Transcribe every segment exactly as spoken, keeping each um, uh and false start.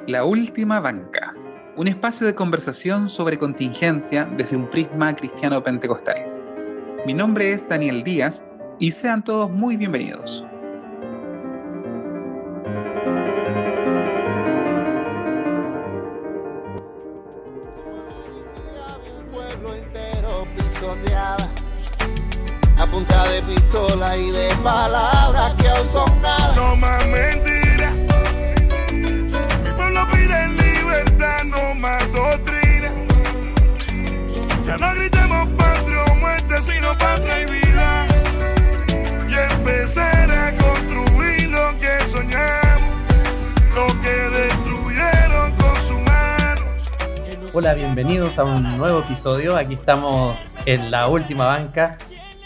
La Última Banca, un espacio de conversación sobre contingencia desde un prisma cristiano pentecostal. Mi nombre es Daniel Díaz y sean todos muy bienvenidos. A punta de pistola y de palabras que aún son nada. No más mentiras. Mi pueblo pide libertad, no más doctrina. Ya no gritemos patria o muerte, sino patria y vida. Y empezar a construir lo que soñamos, lo que destruyeron con su mano. Hola, bienvenidos a un nuevo episodio. Aquí estamos en La Última Banca.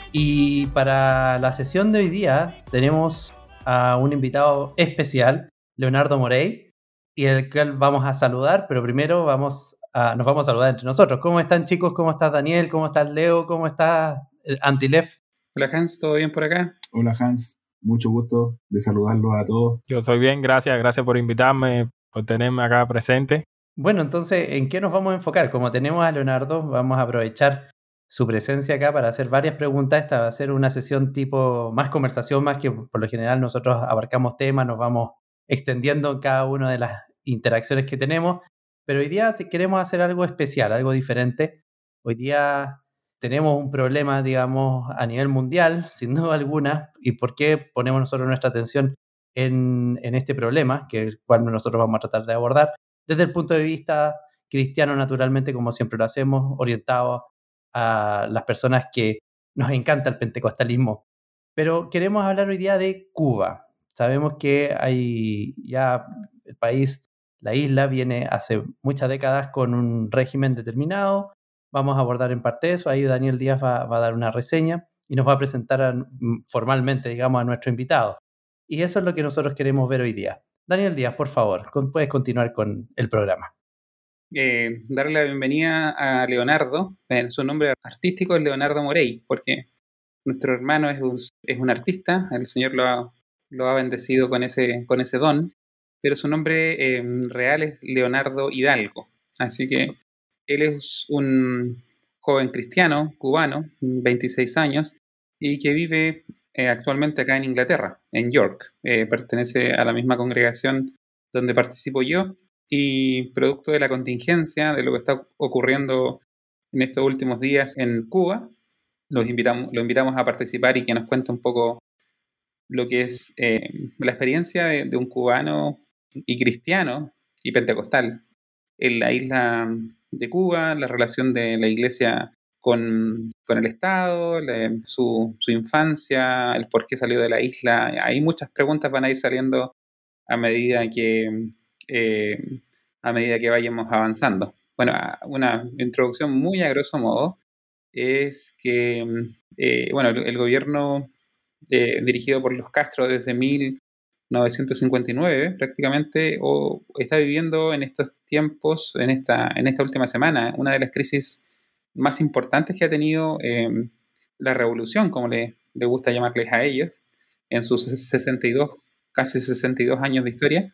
Y para la sesión de hoy día tenemos a un invitado especial, Leonardo Morey, y el cual vamos a saludar, pero primero vamos a, nos vamos a saludar entre nosotros. ¿Cómo están, chicos? ¿Cómo estás, Daniel? ¿Cómo estás, Leo? ¿Cómo estás, Antilef? Hola, Hans, ¿todo bien por acá? Hola, Hans, mucho gusto de saludarlos a todos. Yo estoy bien, gracias, gracias por invitarme, por tenerme acá presente. Bueno, entonces, ¿en qué nos vamos a enfocar? Como tenemos a Leonardo, vamos a aprovechar su presencia acá para hacer varias preguntas. Esta va a ser una sesión tipo más conversación, más que por lo general nosotros abarcamos temas, nos vamos extendiendo en cada una de las interacciones que tenemos, pero hoy día queremos hacer algo especial, algo diferente. Hoy día tenemos un problema, digamos, a nivel mundial, sin duda alguna, y por qué ponemos nosotros nuestra atención en, en este problema, que es el cual nosotros vamos a tratar de abordar, desde el punto de vista cristiano, naturalmente, como siempre lo hacemos, orientado a las personas que nos encanta el pentecostalismo. Pero queremos hablar hoy día de Cuba. Sabemos que hay ya el país, la isla, viene hace muchas décadas con un régimen determinado. Vamos a abordar en parte eso. Ahí Daniel Díaz va, va a dar una reseña y nos va a presentar a, formalmente, digamos, a nuestro invitado. Y eso es lo que nosotros queremos ver hoy día. Daniel Díaz, por favor, puedes continuar con el programa. Eh, darle la bienvenida a Leonardo. Eh, su nombre artístico es Leonardo Morey, porque nuestro hermano es un, es un artista, el Señor lo ha, lo ha bendecido con ese, con ese don, pero su nombre eh, real es Leonardo Hidalgo. Así que él es un joven cristiano cubano, veintiséis años, y que vive eh, actualmente acá en Inglaterra, en York. Eh, pertenece a la misma congregación donde participo yo. Y producto de la contingencia, de lo que está ocurriendo en estos últimos días en Cuba, los invitamos, lo invitamos a participar y que nos cuente un poco lo que es eh, la experiencia de, de un cubano y cristiano y pentecostal en la isla de Cuba, la relación de la iglesia con, con el Estado, la, su, su infancia, el por qué salió de la isla. Hay muchas preguntas van a ir saliendo a medida que... Eh, a medida que vayamos avanzando. Bueno, una introducción muy a grosso modo es que, eh, bueno, el, el gobierno de, dirigido por los Castro desde mil novecientos cincuenta y nueve prácticamente o, está viviendo en estos tiempos, en esta, en esta última semana, una de las crisis más importantes que ha tenido eh, la revolución, como le, le gusta llamarles a ellos, en sus sesenta y dos, casi sesenta y dos años de historia.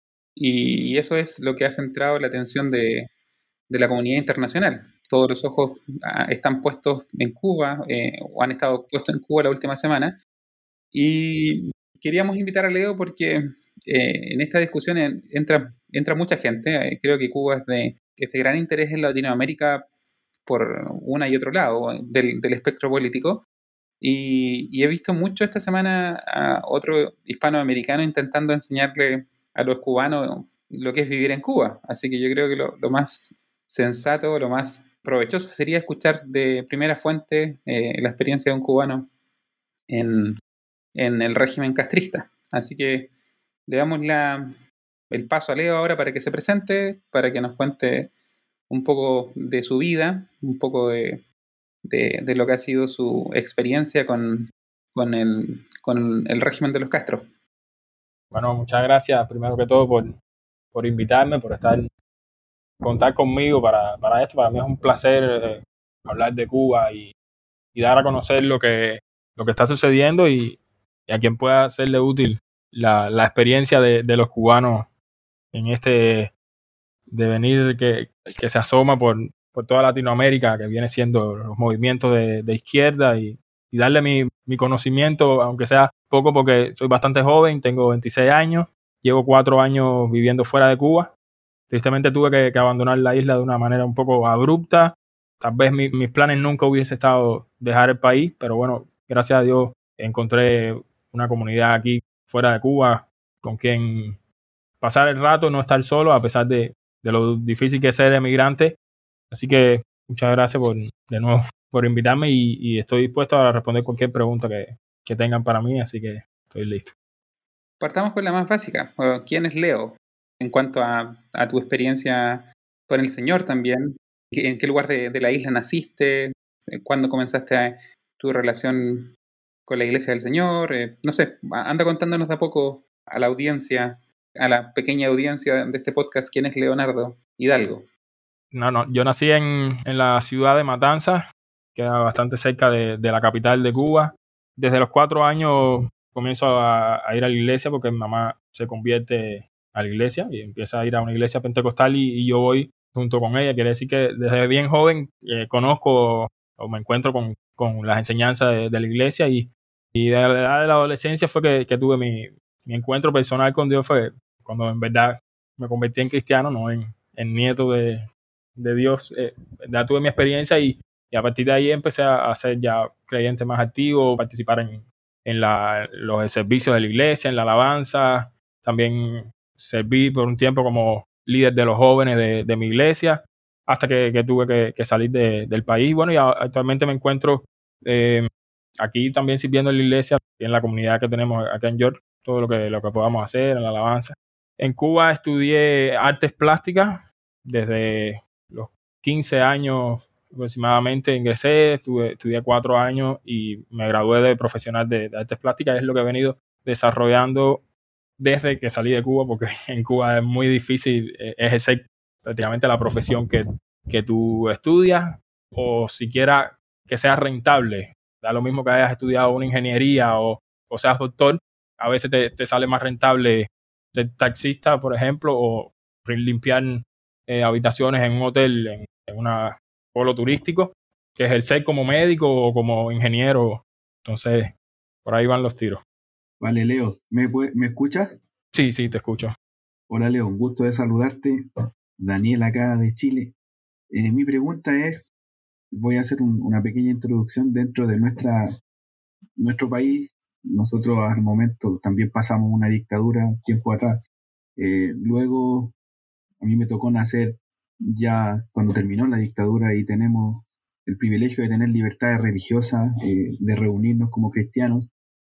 Y eso es lo que ha centrado la atención de, de la comunidad internacional. Todos los ojos están puestos en Cuba, eh, o han estado puestos en Cuba la última semana. Y queríamos invitar a Leo porque eh, en esta discusión entra, entra mucha gente. Eh, creo que Cuba es de, es de gran interés en Latinoamérica por una y otro lado del, del espectro político. Y, y he visto mucho esta semana a otro hispanoamericano intentando enseñarle a los cubanos lo que es vivir en Cuba. Así que yo creo que lo, lo más sensato, lo más provechoso sería escuchar de primera fuente eh, la experiencia de un cubano en, en el régimen castrista. Así que le damos la, el paso a Leo ahora para que se presente, para que nos cuente un poco de su vida, un poco de, de, de lo que ha sido su experiencia con, con, el, con el régimen de los Castro. Bueno, muchas gracias primero que todo por, por invitarme, por estar contar conmigo para, para esto. Para mí es un placer eh, hablar de Cuba y, y dar a conocer lo que, lo que está sucediendo y, y a quien pueda serle útil la, la experiencia de, de los cubanos en este devenir que, que se asoma por, por toda Latinoamérica, que viene siendo los movimientos de, de izquierda y, y darle mi, mi conocimiento, aunque sea poco, porque soy bastante joven, tengo veintiséis años, llevo cuatro años viviendo fuera de Cuba. Tristemente tuve que, que abandonar la isla de una manera un poco abrupta. Tal vez mi, mis planes nunca hubiese estado dejar el país, pero bueno, gracias a Dios encontré una comunidad aquí fuera de Cuba con quien pasar el rato, no estar solo, a pesar de, de lo difícil que es ser emigrante. Así que muchas gracias por, de nuevo por invitarme y, y estoy dispuesto a responder cualquier pregunta que, que tengan para mí, así que estoy listo. Partamos con la más básica. ¿Quién es Leo? En cuanto a, a tu experiencia con el Señor también, ¿en qué lugar de, de la isla naciste? ¿Cuándo comenzaste a, tu relación con la Iglesia del Señor? Eh, no sé, anda contándonos de a poco a la audiencia, a la pequeña audiencia de este podcast, ¿quién es Leonardo Hidalgo? No, no, yo nací en, en la ciudad de Matanzas, que queda bastante cerca de, de la capital de Cuba. Desde los cuatro años comienzo a, a ir a la iglesia porque mi mamá se convierte a la iglesia y empieza a ir a una iglesia pentecostal y, y yo voy junto con ella. Quiere decir que desde bien joven eh, conozco o me encuentro con, con las enseñanzas de, de la iglesia y, y de la edad de la adolescencia fue que, que tuve mi, mi encuentro personal con Dios, fue cuando en verdad me convertí en cristiano, no en, en nieto de, de Dios. Eh, ya tuve mi experiencia y, y a partir de ahí empecé a, a ser ya creyente más activo, participar en, en la, los servicios de la iglesia, en la alabanza. También serví por un tiempo como líder de los jóvenes de, de mi iglesia, hasta que, que tuve que, que salir de, del país. Bueno, y a, actualmente me encuentro eh, aquí también sirviendo en la iglesia, en la comunidad que tenemos acá en York, todo lo que, lo que podamos hacer en la alabanza. En Cuba estudié artes plásticas desde los quince años aproximadamente. Ingresé, estuve, estudié cuatro años y me gradué de profesional de, de artes plásticas. Es lo que he venido desarrollando desde que salí de Cuba, porque en Cuba es muy difícil ejercer prácticamente la profesión que, que tú estudias, o siquiera que sea rentable. Da lo mismo que hayas estudiado una ingeniería o, o seas doctor, a veces te, te sale más rentable ser taxista, por ejemplo, o limpiar eh, habitaciones en un hotel, en, en un polo turístico, que ejercer como médico o como ingeniero. Entonces, por ahí van los tiros. Vale, Leo, ¿me, ¿me escuchas? Sí, sí, te escucho. Hola, Leo, un gusto de saludarte. Daniel, acá de Chile. Eh, mi pregunta es, voy a hacer un, una pequeña introducción dentro de nuestra, nuestro país. Nosotros al momento también pasamos una dictadura tiempo atrás. Eh, luego a mí me tocó nacer ya cuando terminó la dictadura y tenemos el privilegio de tener libertades religiosas, eh, de reunirnos como cristianos.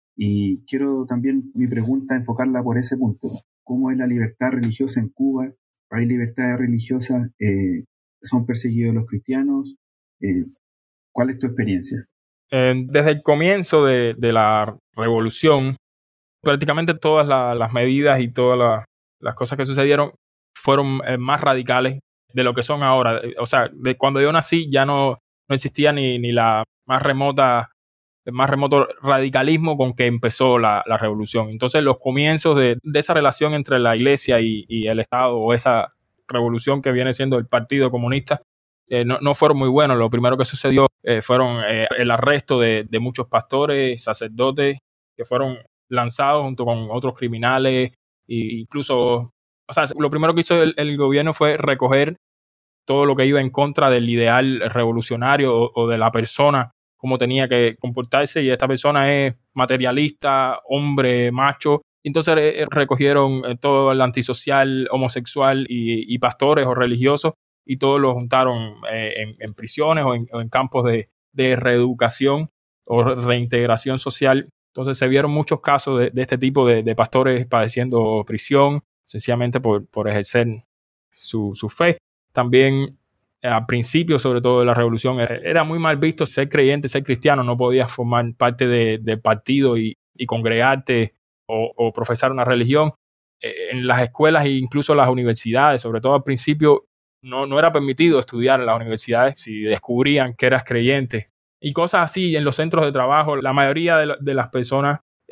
Y quiero también mi pregunta enfocarla por ese punto. ¿Cómo es la libertad religiosa en Cuba? ¿Hay libertades religiosas? Eh, ¿Son perseguidos los cristianos? Eh, ¿Cuál es tu experiencia? Eh, desde el comienzo de, de la revolución, prácticamente todas la, las medidas y todas la, las cosas que sucedieron fueron eh, más radicales de lo que son ahora. O sea, de cuando yo nací ya no, no existía ni, ni la más remota el más remoto radicalismo con que empezó la, la revolución. Entonces los comienzos de, de esa relación entre la iglesia y, y el Estado, o esa revolución que viene siendo el Partido Comunista, eh, no, no fueron muy buenos. Lo primero que sucedió eh, fueron eh, el arresto de, de muchos pastores, sacerdotes, que fueron lanzados junto con otros criminales, e incluso, o sea, lo primero que hizo el, el gobierno fue recoger todo lo que iba en contra del ideal revolucionario o, o de la persona, cómo tenía que comportarse, y esta persona es materialista, hombre, macho. Entonces eh, recogieron eh, todo el antisocial, homosexual y, y pastores o religiosos, y todos los juntaron eh, en, en prisiones o en, o en campos de, de reeducación o reintegración social. Entonces se vieron muchos casos de, de este tipo de, de pastores padeciendo prisión, sencillamente por, por ejercer su, su fe. También al principio, sobre todo de la revolución, era muy mal visto ser creyente, ser cristiano. No podías formar parte de, del partido y, y congregarte o, o profesar una religión. En las escuelas e incluso las universidades, sobre todo al principio, no, no era permitido estudiar en las universidades si descubrían que eras creyente. Y cosas así en los centros de trabajo. La mayoría de, de las personas eh,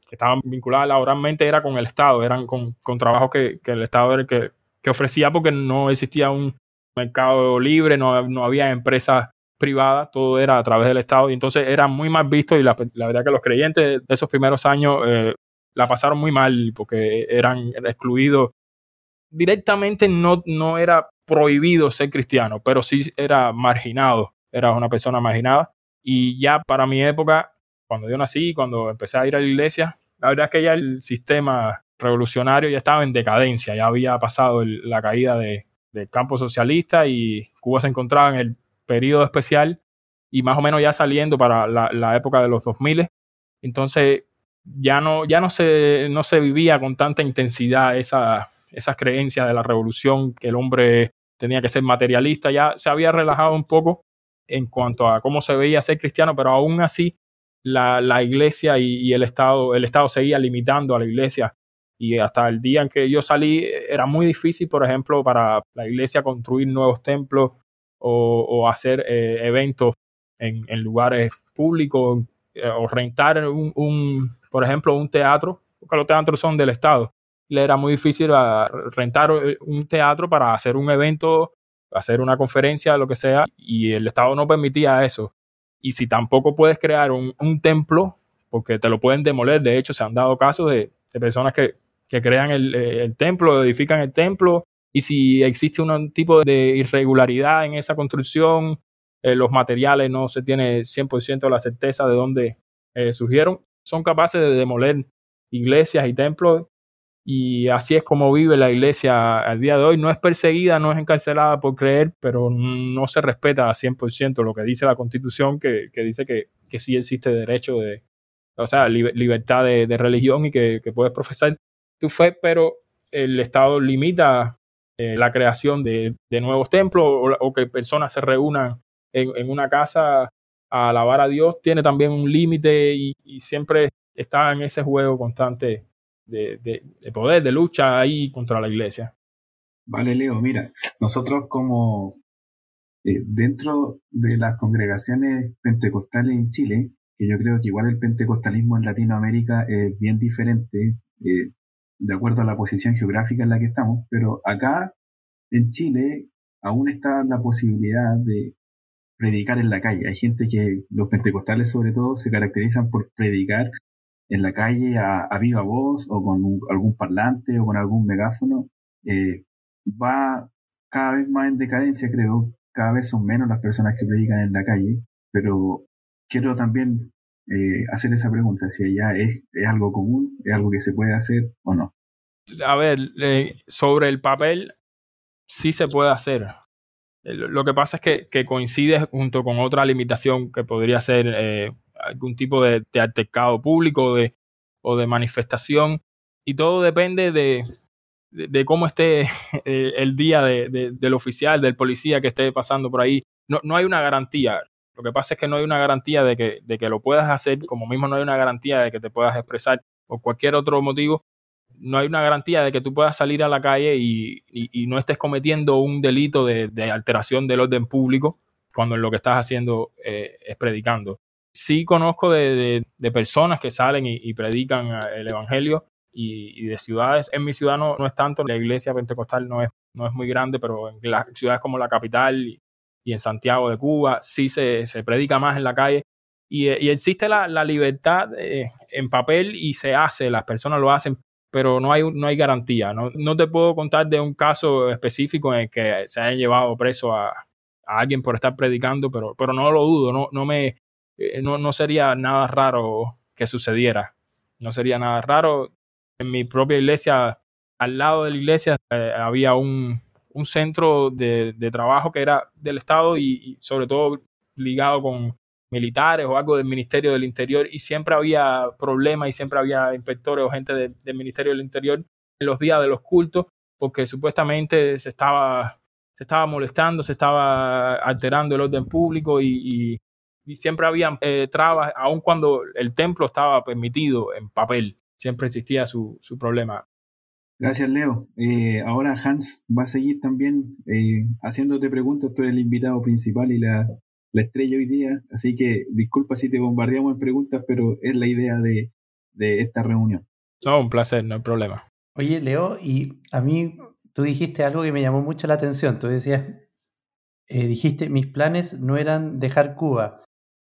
que estaban vinculadas laboralmente era con el Estado, eran con, con trabajos que, que el Estado era el que, que ofrecía, porque no existía un mercado libre, no, no había empresas privadas, todo era a través del Estado, y entonces era muy mal visto, y la, la verdad que los creyentes de esos primeros años eh, la pasaron muy mal porque eran excluidos. Directamente no, no era prohibido ser cristiano, pero sí era marginado, era una persona marginada. Y ya para mi época, cuando yo nací, cuando empecé a ir a la iglesia, la verdad es que ya el sistema revolucionario ya estaba en decadencia, ya había pasado el, la caída de, del campo socialista, y Cuba se encontraba en el periodo especial y más o menos ya saliendo para la, la época de los dos mil. Entonces ya no, ya no se, no se vivía con tanta intensidad esa, esas creencias de la revolución, que el hombre tenía que ser materialista. Ya se había relajado un poco en cuanto a cómo se veía ser cristiano, pero aún así la, la iglesia y, y el Estado, el Estado seguía limitando a la iglesia, y hasta el día en que yo salí era muy difícil, por ejemplo, para la iglesia construir nuevos templos o, o hacer eh, eventos en, en lugares públicos, eh, o rentar un, un, por ejemplo, un teatro, porque los teatros son del Estado. Le era muy difícil a rentar un teatro para hacer un evento, hacer una conferencia, lo que sea, y el Estado no permitía eso. Y si tampoco puedes crear un, un templo, porque te lo pueden demoler. De hecho, se han dado casos de, de personas que, que crean el, el templo, edifican el templo, y si existe un tipo de irregularidad en esa construcción, eh, los materiales no se tiene cien por ciento la certeza de dónde eh, surgieron, son capaces de demoler iglesias y templos. Y así es como vive la iglesia al día de hoy. No es perseguida, no es encarcelada por creer, pero no se respeta a cien por ciento lo que dice la Constitución, que, que dice que, que sí existe derecho de, o sea, li- libertad de, de religión, y que, que puedes profesar tu fe, pero el Estado limita eh, la creación de, de nuevos templos, o, o que personas se reúnan en, en una casa a alabar a Dios. Tiene también un límite, y, y siempre está en ese juego constante De, de, de poder, de lucha ahí contra la iglesia. Vale, Leo, mira, nosotros como eh, dentro de las congregaciones pentecostales en Chile, que yo creo que igual el pentecostalismo en Latinoamérica es bien diferente, eh, de acuerdo a la posición geográfica en la que estamos, pero acá en Chile aún está la posibilidad de predicar en la calle. Hay gente que, los pentecostales sobre todo, se caracterizan por predicar en la calle a, a viva voz, o con un, algún parlante o con algún megáfono. Eh, va cada vez más en decadencia, creo. Cada vez son menos las personas que predican en la calle, pero quiero también eh, hacer esa pregunta, si allá es, es algo común, es algo que se puede hacer o no. A ver, eh, sobre el papel sí se puede hacer. Lo que pasa es que, que coincide junto con otra limitación, que podría ser eh, algún tipo de, de altercado público, de, o de manifestación, y todo depende de, de, de cómo esté el, el día de, de, del oficial, del policía que esté pasando por ahí. No, no hay una garantía. Lo que pasa es que no hay una garantía de que, de que lo puedas hacer, como mismo no hay una garantía de que te puedas expresar por cualquier otro motivo. No hay una garantía de que tú puedas salir a la calle y, y, y no estés cometiendo un delito de, de alteración del orden público, cuando lo que estás haciendo eh, es predicando. Sí conozco de, de, de personas que salen y, y predican el evangelio, y, y de ciudades. En mi ciudad no, no es tanto, la iglesia pentecostal no es, no es muy grande, pero en las ciudades como la capital y, y en Santiago de Cuba sí se, se predica más en la calle. Y, y existe la, la libertad eh, en papel, y se hace, las personas lo hacen, pero no hay, no hay garantía. No, no te puedo contar de un caso específico en el que se haya llevado preso a, a alguien por estar predicando, pero, pero no lo dudo. No, no, me, eh, no, no sería nada raro que sucediera. No sería nada raro. En mi propia iglesia, al lado de la iglesia, eh, había un, un centro de, de trabajo que era del Estado, y, y sobre todo ligado con militares o algo del Ministerio del Interior, y siempre había problemas y siempre había inspectores o gente de, del Ministerio del Interior en los días de los cultos, porque supuestamente se estaba, se estaba molestando, se estaba alterando el orden público, y, y, y siempre había eh, trabas, aun cuando el templo estaba permitido en papel, siempre existía su, su problema. Gracias, Leo. Eh, ahora Hans va a seguir también eh, haciéndote preguntas. Tú eres el invitado principal y la, la estrella hoy día, así que disculpa si te bombardeamos en preguntas, pero es la idea de, de esta reunión. No, un placer, no hay problema. Oye, Leo, y a mí tú dijiste algo que me llamó mucho la atención. Tú decías, eh, dijiste, mis planes no eran dejar Cuba.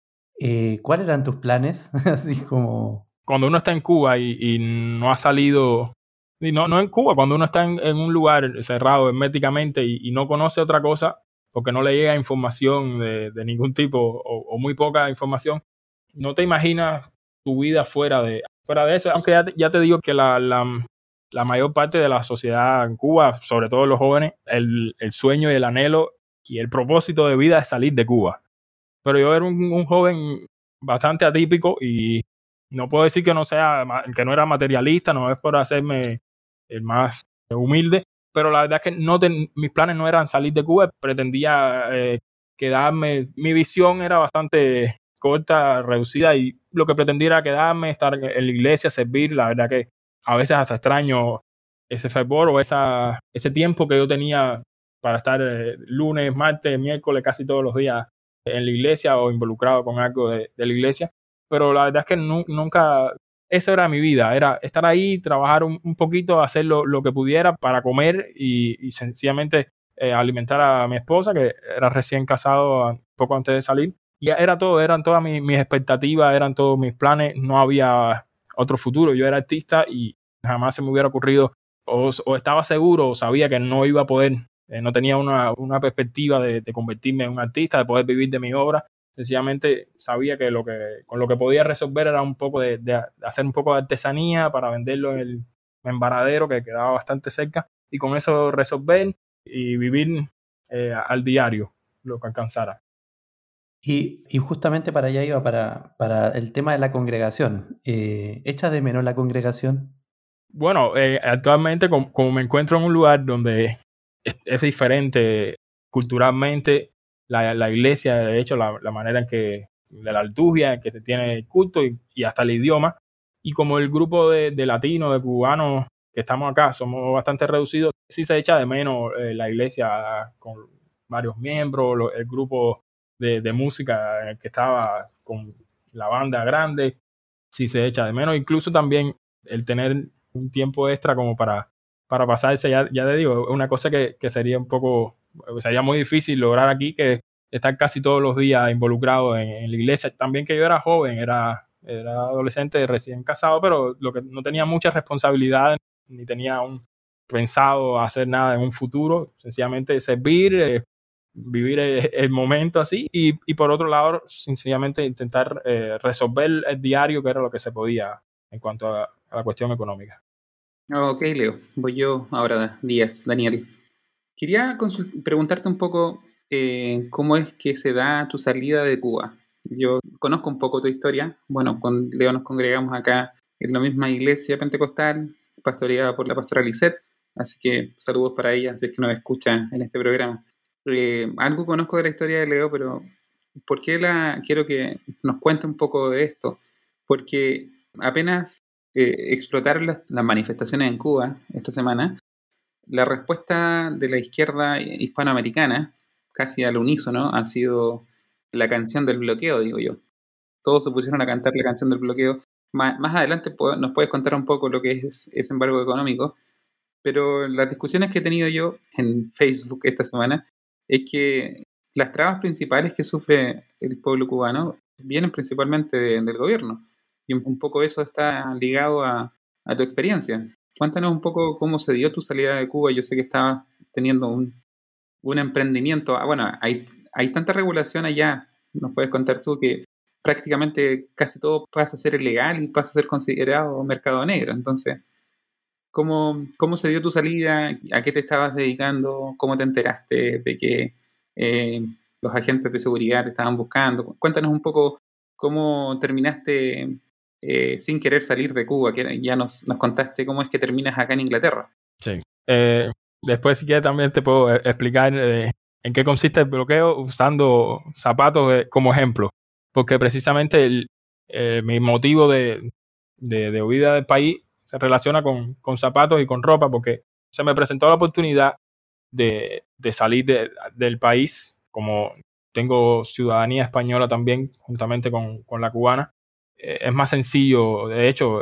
Eh, ¿Cuáles eran tus planes? Así como... Cuando uno está en Cuba y, y no ha salido, y no, no en Cuba, cuando uno está en, en un lugar cerrado herméticamente y, y no conoce otra cosa, porque no le llega información de, de ningún tipo o, o muy poca información, no te imaginas tu vida fuera de, fuera de eso. Aunque ya te, ya te digo que la, la, la mayor parte de la sociedad en Cuba, sobre todo los jóvenes, el, el sueño y el anhelo y el propósito de vida es salir de Cuba. Pero yo era un, un joven bastante atípico y no puedo decir que no sea, que no era materialista, no es por hacerme el más humilde, pero la verdad es que no ten, mis planes no eran salir de Cuba, pretendía eh, quedarme, mi visión era bastante corta, reducida, y lo que pretendía era quedarme, estar en la iglesia, servir. La verdad que a veces hasta extraño ese fervor o esa, ese tiempo que yo tenía para estar eh, lunes, martes, miércoles, casi todos los días en la iglesia o involucrado con algo de, de la iglesia. Pero la verdad es que nu nunca, eso era mi vida, era estar ahí, trabajar un, un poquito, hacer lo, lo que pudiera para comer y, y sencillamente eh, alimentar a mi esposa, que era recién casado poco antes de salir. Y era todo, eran todas mis, mis expectativas, eran todos mis planes, no había otro futuro. Yo era artista y jamás se me hubiera ocurrido, o, o estaba seguro, o sabía que no iba a poder, eh, no tenía una, una perspectiva de, de convertirme en un artista, de poder vivir de mi obra. Sencillamente sabía que, lo que con lo que podía resolver era un poco de, de hacer un poco de artesanía para venderlo en el embaradero, que quedaba bastante cerca, y con eso resolver y vivir eh, al diario lo que alcanzara. Y, y justamente para allá iba, para, para el tema de la congregación. Eh, ¿Echas de menos la congregación? Bueno, eh, actualmente como, como me encuentro en un lugar donde es, es diferente culturalmente, la, la iglesia, de hecho, la, la manera en que, de la liturgia, en que se tiene el culto y, y hasta el idioma, y como el grupo de, de latinos, de cubanos que estamos acá, somos bastante reducidos, sí se echa de menos eh, la iglesia con varios miembros, lo, el grupo de, de música en el que estaba con la banda grande, sí se echa de menos, incluso también el tener un tiempo extra como para, para pasarse, ya, ya te digo, una cosa que, que sería un poco, sería muy difícil lograr aquí, que estar casi todos los días involucrado en, en la iglesia. También que yo era joven, era, era adolescente recién casado, pero lo que no tenía muchas responsabilidades, ni tenía un pensado hacer nada en un futuro, sencillamente servir, eh, vivir el, el momento así, y, y por otro lado, sencillamente intentar eh, resolver el diario, que era lo que se podía en cuanto a, a la cuestión económica. Ok, Leo, voy yo ahora, Díaz, Daniel. Quería preguntarte un poco eh, cómo es que se da tu salida de Cuba. Yo conozco un poco tu historia. Bueno, con Leo nos congregamos acá en la misma iglesia pentecostal, pastoreada por la pastora Lisette, así que saludos para ella, si es que nos escucha en este programa. Eh, algo conozco de la historia de Leo, pero ¿por qué la quiero que nos cuente un poco de esto? Porque apenas eh, explotaron las, las manifestaciones en Cuba esta semana, la respuesta de la izquierda hispanoamericana, casi al unísono, ha sido la canción del bloqueo, digo yo. Todos se pusieron a cantar la canción del bloqueo. Más, más adelante nos puedes contar un poco lo que es ese embargo económico, pero las discusiones que he tenido yo en Facebook esta semana es que las trabas principales que sufre el pueblo cubano vienen principalmente de, del gobierno, y un poco eso está ligado a, a tu experiencia. Cuéntanos un poco cómo se dio tu salida de Cuba. Yo sé que estabas teniendo un, un emprendimiento. Ah, bueno, hay, hay tanta regulación allá, nos puedes contar tú, que prácticamente casi todo pasa a ser ilegal y pasa a ser considerado mercado negro. Entonces, ¿cómo, cómo se dio tu salida? ¿A qué te estabas dedicando? ¿Cómo te enteraste de que eh, los agentes de seguridad te estaban buscando? Cuéntanos un poco cómo terminaste eh, sin querer salir de Cuba, que ya nos, nos contaste cómo es que terminas acá en Inglaterra. Sí. Eh, después, si quieres, también te puedo explicar eh, en qué consiste el bloqueo usando zapatos eh, como ejemplo. Porque precisamente el, eh, mi motivo de, de, de huida del país se relaciona con, con zapatos y con ropa, porque se me presentó la oportunidad de, de salir de, del país, como tengo ciudadanía española también, juntamente con, con la cubana. Eh, es más sencillo, de hecho,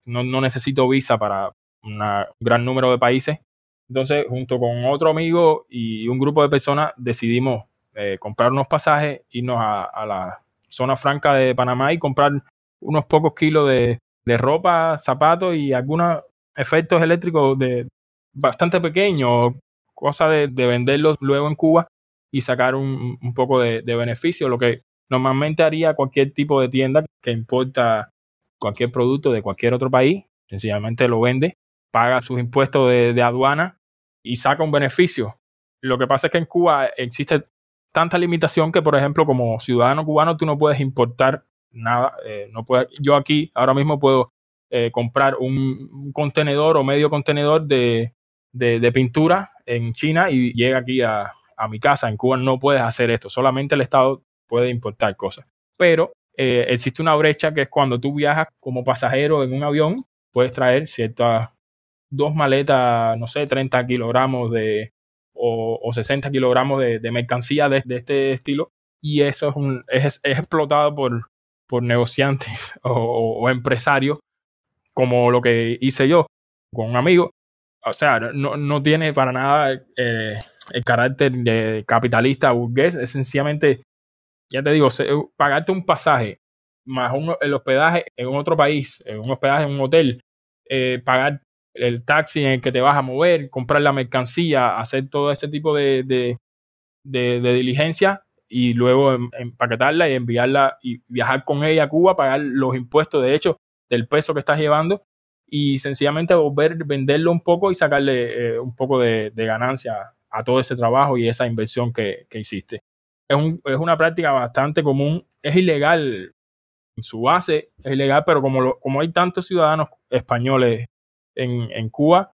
no, no necesito visa para una, un gran número de países. Entonces, junto con otro amigo y un grupo de personas, decidimos eh, comprar unos pasajes, irnos a, a la zona franca de Panamá y comprar unos pocos kilos de, de ropa, zapatos y algunos efectos eléctricos de bastante pequeños, cosa de, de venderlos luego en Cuba y sacar un, un poco de, de beneficio, lo que normalmente haría cualquier tipo de tienda que importa cualquier producto de cualquier otro país, sencillamente lo vende, paga sus impuestos de, de aduana y saca un beneficio. Lo que pasa es que en Cuba existe tanta limitación que, por ejemplo, como ciudadano cubano tú no puedes importar nada. Eh, no puedes, yo aquí ahora mismo puedo eh, comprar un, un contenedor o medio contenedor de, de, de pintura en China y llega aquí a, a mi casa. En Cuba no puedes hacer esto, solamente el Estado puede importar cosas. Pero eh, existe una brecha que es cuando tú viajas como pasajero en un avión, puedes traer ciertas dos maletas, no sé, treinta kilogramos de, o, o sesenta kilogramos de, de mercancía de, de este estilo, y eso es, un, es, es explotado por, por negociantes o, o empresarios, como lo que hice yo con un amigo. O sea, no, no tiene para nada eh, el carácter de capitalista burgués, es sencillamente, ya te digo, pagarte un pasaje más un, el hospedaje en otro país, en un hospedaje en un hotel, eh, pagar el taxi en el que te vas a mover, comprar la mercancía, hacer todo ese tipo de, de, de, de diligencia y luego em, empaquetarla y enviarla y viajar con ella a Cuba, pagar los impuestos de hecho del peso que estás llevando y sencillamente volver, venderlo un poco y sacarle eh, un poco de, de ganancia a todo ese trabajo y esa inversión que, que hiciste. Es, un, es una práctica bastante común, es ilegal en su base, es ilegal, pero como, lo, como hay tantos ciudadanos españoles en, en Cuba,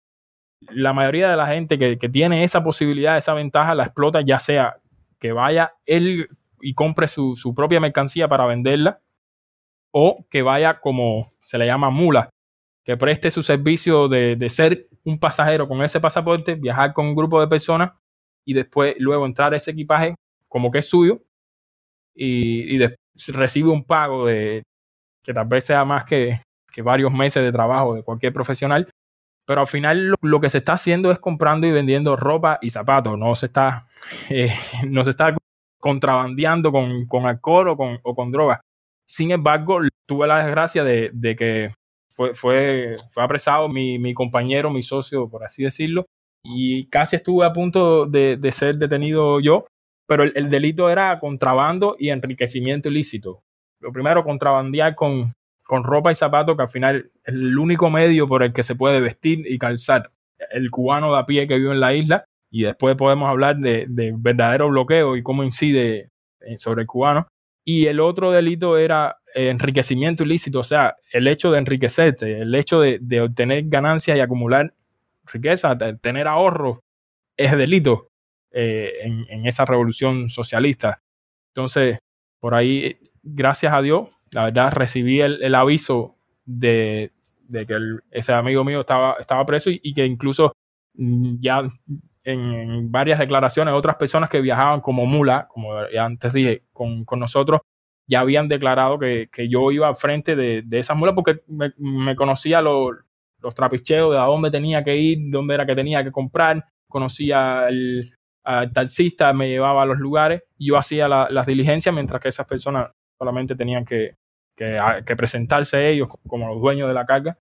la mayoría de la gente que, que tiene esa posibilidad, esa ventaja, la explota, ya sea que vaya él y compre su, su propia mercancía para venderla, o que vaya como se le llama mula, que preste su servicio de, de ser un pasajero con ese pasaporte, viajar con un grupo de personas y después luego entrar ese equipaje como que es suyo y, y de, recibe un pago de que tal vez sea más que, que varios meses de trabajo de cualquier profesional, pero al final lo, lo que se está haciendo es comprando y vendiendo ropa y zapatos, no se está, eh, no se está contrabandeando con, con alcohol o con, o con drogas. Sin embargo, tuve la desgracia de, de que fue, fue, fue apresado mi, mi compañero, mi socio, por así decirlo, y casi estuve a punto de, de ser detenido yo, pero el, el delito era contrabando y enriquecimiento ilícito. Lo primero, contrabandear con, con ropa y zapatos, que al final es el único medio por el que se puede vestir y calzar el cubano de a pie que vive en la isla, y después podemos hablar de, de verdadero bloqueo y cómo incide sobre el cubano. Y el otro delito era enriquecimiento ilícito, o sea, el hecho de enriquecerte, el hecho de, de obtener ganancias y acumular riqueza, tener ahorros, es delito eh, en, en esa revolución socialista. Entonces, por ahí, gracias a Dios, la verdad, recibí el, el aviso de, de que el, ese amigo mío estaba, estaba preso y, y que incluso ya en, en varias declaraciones otras personas que viajaban como mula, como ya antes dije, con, con nosotros, ya habían declarado que, que yo iba al frente de, de esas mulas porque me, me conocía los, los trapicheos de a dónde tenía que ir, dónde era que tenía que comprar, conocía el, al taxista, me llevaba a los lugares, y yo hacía la, las diligencias mientras que esas personas solamente tenían que, que, que presentarse ellos como los dueños de la carga.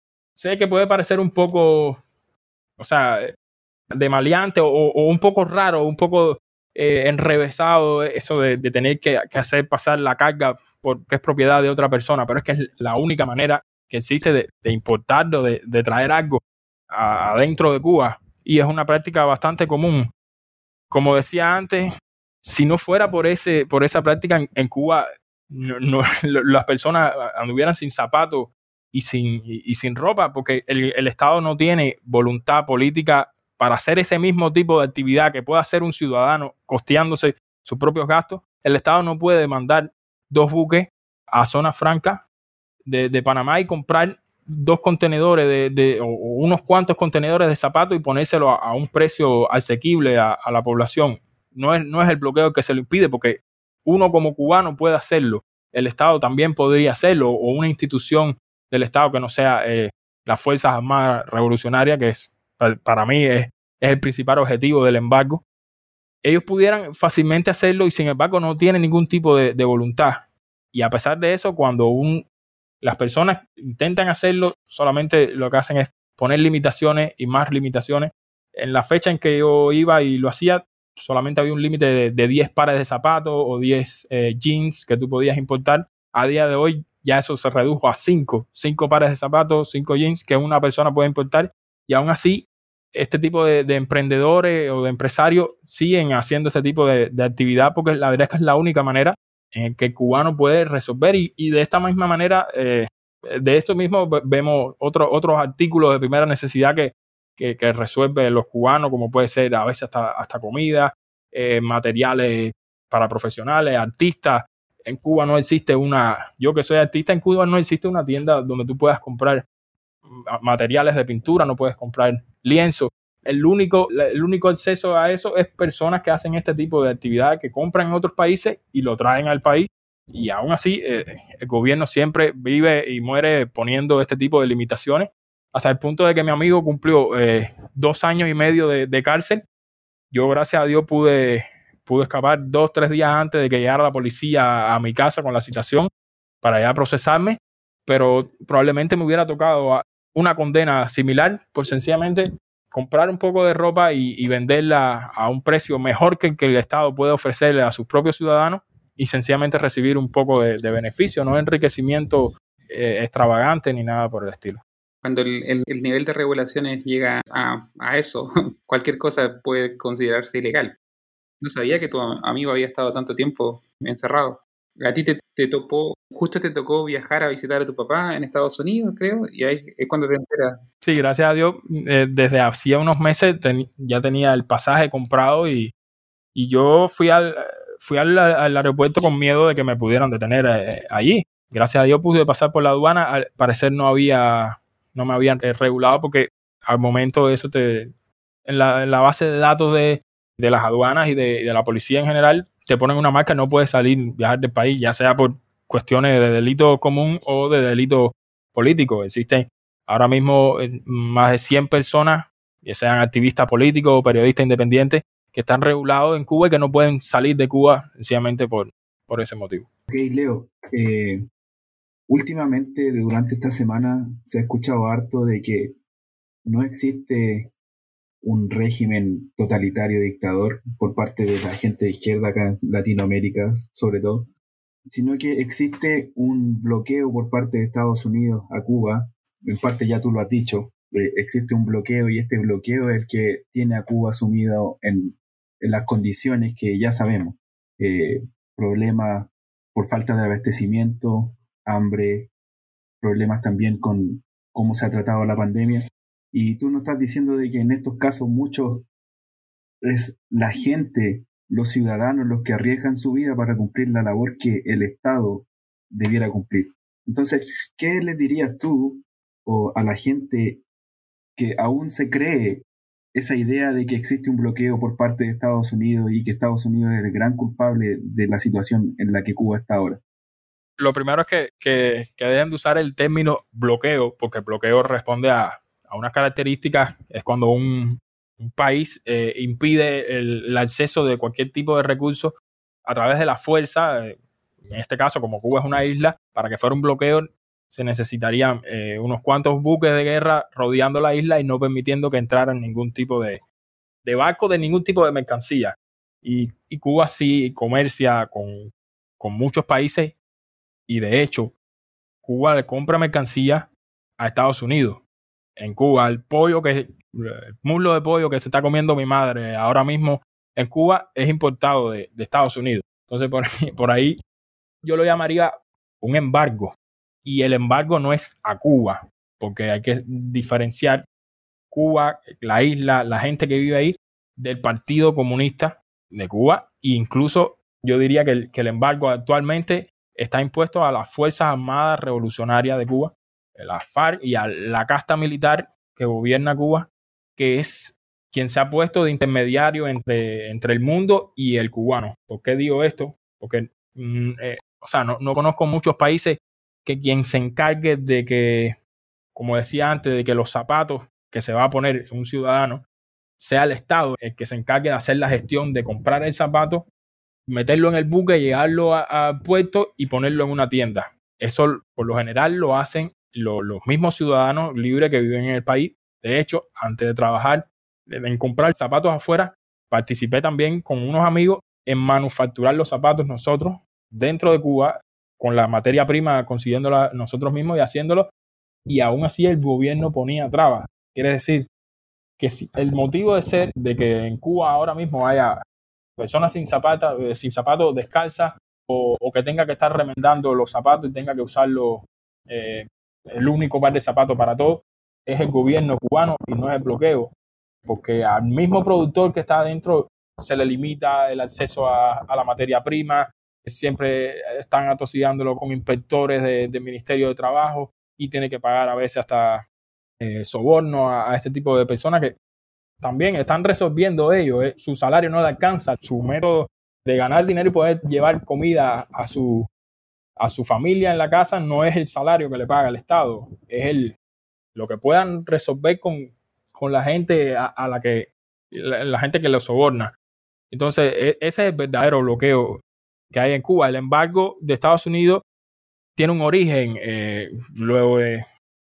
Sé que puede parecer un poco, o sea, de maleante o, o un poco raro, un poco eh, enrevesado eso de, de tener que, que hacer pasar la carga porque es propiedad de otra persona, pero es que es la única manera que existe de, de importarlo, de, de traer algo adentro de Cuba, y es una práctica bastante común. Como decía antes, si no fuera por ese por esa práctica en, en Cuba, no, no, las personas anduvieran sin zapatos y sin, y, y sin ropa, porque el, el Estado no tiene voluntad política para hacer ese mismo tipo de actividad que pueda hacer un ciudadano costeándose sus propios gastos. El Estado no puede mandar dos buques a zona franca de, de Panamá y comprar dos contenedores de, de, o unos cuantos contenedores de zapatos y ponérselo a, a un precio asequible a, a la población. No es, no es el bloqueo que se lo impide, porque uno como cubano puede hacerlo. El Estado también podría hacerlo, o una institución del Estado que no sea eh, las Fuerzas Armadas Revolucionarias, que es para mí es, es el principal objetivo del embargo, ellos pudieran fácilmente hacerlo y sin embargo no tienen ningún tipo de, de voluntad. Y a pesar de eso, cuando un, las personas intentan hacerlo, solamente lo que hacen es poner limitaciones y más limitaciones. En la fecha en que yo iba y lo hacía, solamente había un límite de, de diez pares de zapatos o diez eh, jeans que tú podías importar. A día de hoy ya eso se redujo a cinco, cinco pares de zapatos, cinco jeans que una persona puede importar, y aún así este tipo de, de emprendedores o de empresarios siguen haciendo este tipo de, de actividad, porque la verdad es que es la única manera en que el cubano puede resolver, y, y de esta misma manera, eh, de esto mismo vemos otro, otros artículos de primera necesidad que, que, que resuelven los cubanos, como puede ser a veces hasta, hasta comida, eh, materiales para profesionales, artistas. En Cuba no existe una, yo que soy artista, en Cuba no existe una tienda donde tú puedas comprar materiales de pintura, no puedes comprar lienzo. El único, el único acceso a eso es personas que hacen este tipo de actividades, que compran en otros países y lo traen al país. Y aún así, eh, el gobierno siempre vive y muere poniendo este tipo de limitaciones, hasta el punto de que mi amigo cumplió eh, dos años y medio de, de cárcel. Yo, gracias a Dios, pude, pude escapar dos, tres días antes de que llegara la policía a mi casa con la citación para ya procesarme, pero probablemente me hubiera tocado una condena similar por sencillamente comprar un poco de ropa y, y venderla a un precio mejor que el que el Estado puede ofrecerle a sus propios ciudadanos, y sencillamente recibir un poco de, de beneficio, no enriquecimiento eh, extravagante ni nada por el estilo. Cuando el, el, el nivel de regulaciones llega a, a eso, cualquier cosa puede considerarse ilegal. No sabía que tu amigo había estado tanto tiempo encerrado. A ti te, te tocó, justo te tocó viajar a visitar a tu papá en Estados Unidos, creo, y ahí es cuando te enteras. Sí, gracias a Dios, eh, desde hacía unos meses ten, ya tenía el pasaje comprado, y, y yo fui al fui al, al aeropuerto con miedo de que me pudieran detener eh, allí. Gracias a Dios pude pasar por la aduana. Al parecer no había, no me habían eh, regulado, porque al momento eso te, en la, en la base de datos de, de las aduanas y de, de la policía en general, te ponen una marca, no puedes salir, viajar del país, ya sea por cuestiones de delito común o de delito político. Existen ahora mismo más de cien personas, ya sean activistas políticos o periodistas independientes, que están regulados en Cuba y que no pueden salir de Cuba sencillamente por, por ese motivo. Ok, Leo, eh, últimamente, durante esta semana, se ha escuchado harto de que no existe un régimen totalitario dictador por parte de la gente de izquierda acá en Latinoamérica, sobre todo, sino que existe un bloqueo por parte de Estados Unidos a Cuba. En parte ya tú lo has dicho, eh, existe un bloqueo, y este bloqueo es el que tiene a Cuba sumido en en las condiciones que ya sabemos, eh, problemas por falta de abastecimiento, hambre, problemas también con cómo se ha tratado la pandemia. Y tú nos estás diciendo de que en estos casos muchos es la gente, los ciudadanos, los que arriesgan su vida para cumplir la labor que el Estado debiera cumplir. Entonces, ¿qué les dirías tú o a la gente que aún se cree esa idea de que existe un bloqueo por parte de Estados Unidos y que Estados Unidos es el gran culpable de la situación en la que Cuba está ahora? Lo primero es que, que, que deben de usar el término bloqueo, porque el bloqueo responde a, a unas características. Es cuando un, un país eh, impide el, el acceso de cualquier tipo de recurso a través de la fuerza. En este caso, como Cuba es una isla, para que fuera un bloqueo se necesitarían eh, unos cuantos buques de guerra rodeando la isla y no permitiendo que entraran ningún tipo de, de barco, de ningún tipo de mercancía. Y, y Cuba sí comercia con, con muchos países, y de hecho Cuba le compra mercancía a Estados Unidos. En Cuba el pollo, que el muslo de pollo que se está comiendo mi madre ahora mismo en Cuba es importado de, de Estados Unidos. Entonces por ahí, por ahí yo lo llamaría un embargo. Y el embargo no es a Cuba, porque hay que diferenciar Cuba, la isla, la gente que vive ahí, del Partido Comunista de Cuba. E incluso yo diría que el, que el embargo actualmente está impuesto a las Fuerzas Armadas Revolucionarias de Cuba, la FARC, y a la casta militar que gobierna Cuba, que es quien se ha puesto de intermediario entre, entre el mundo y el cubano. ¿Por qué digo esto? Porque mm, eh, o sea, no, no conozco muchos países que quien se encargue de que, como decía antes, de que los zapatos que se va a poner un ciudadano sea el Estado el que se encargue de hacer la gestión de comprar el zapato, meterlo en el buque, llevarlo al puerto y ponerlo en una tienda. Eso por lo general lo hacen lo, los mismos ciudadanos libres que viven en el país. De hecho, antes de trabajar en comprar zapatos afuera, participé también con unos amigos en manufacturar los zapatos nosotros dentro de Cuba, con la materia prima, consiguiéndola nosotros mismos y haciéndolo, y aún así el gobierno ponía trabas. Quiere decir que si el motivo de ser de que en Cuba ahora mismo haya personas sin zapatos, sin zapatos descalzas, o, o que tenga que estar remendando los zapatos y tenga que usarlo eh, el único par de zapatos para todo, es el gobierno cubano y no es el bloqueo, porque al mismo productor que está adentro se le limita el acceso a, a la materia prima, siempre están atosigándolo con inspectores de, del Ministerio de Trabajo y tiene que pagar a veces hasta eh, soborno a, a ese tipo de personas que también están resolviendo ellos, eh, su salario no le alcanza, su método de ganar dinero y poder llevar comida a su, a su familia en la casa no es el salario que le paga el Estado, es el, lo que puedan resolver con, con la gente a, a la que la, la gente que lo soborna. Entonces, e, ese es el verdadero bloqueo que hay en Cuba. El embargo de Estados Unidos tiene un origen eh, luego de,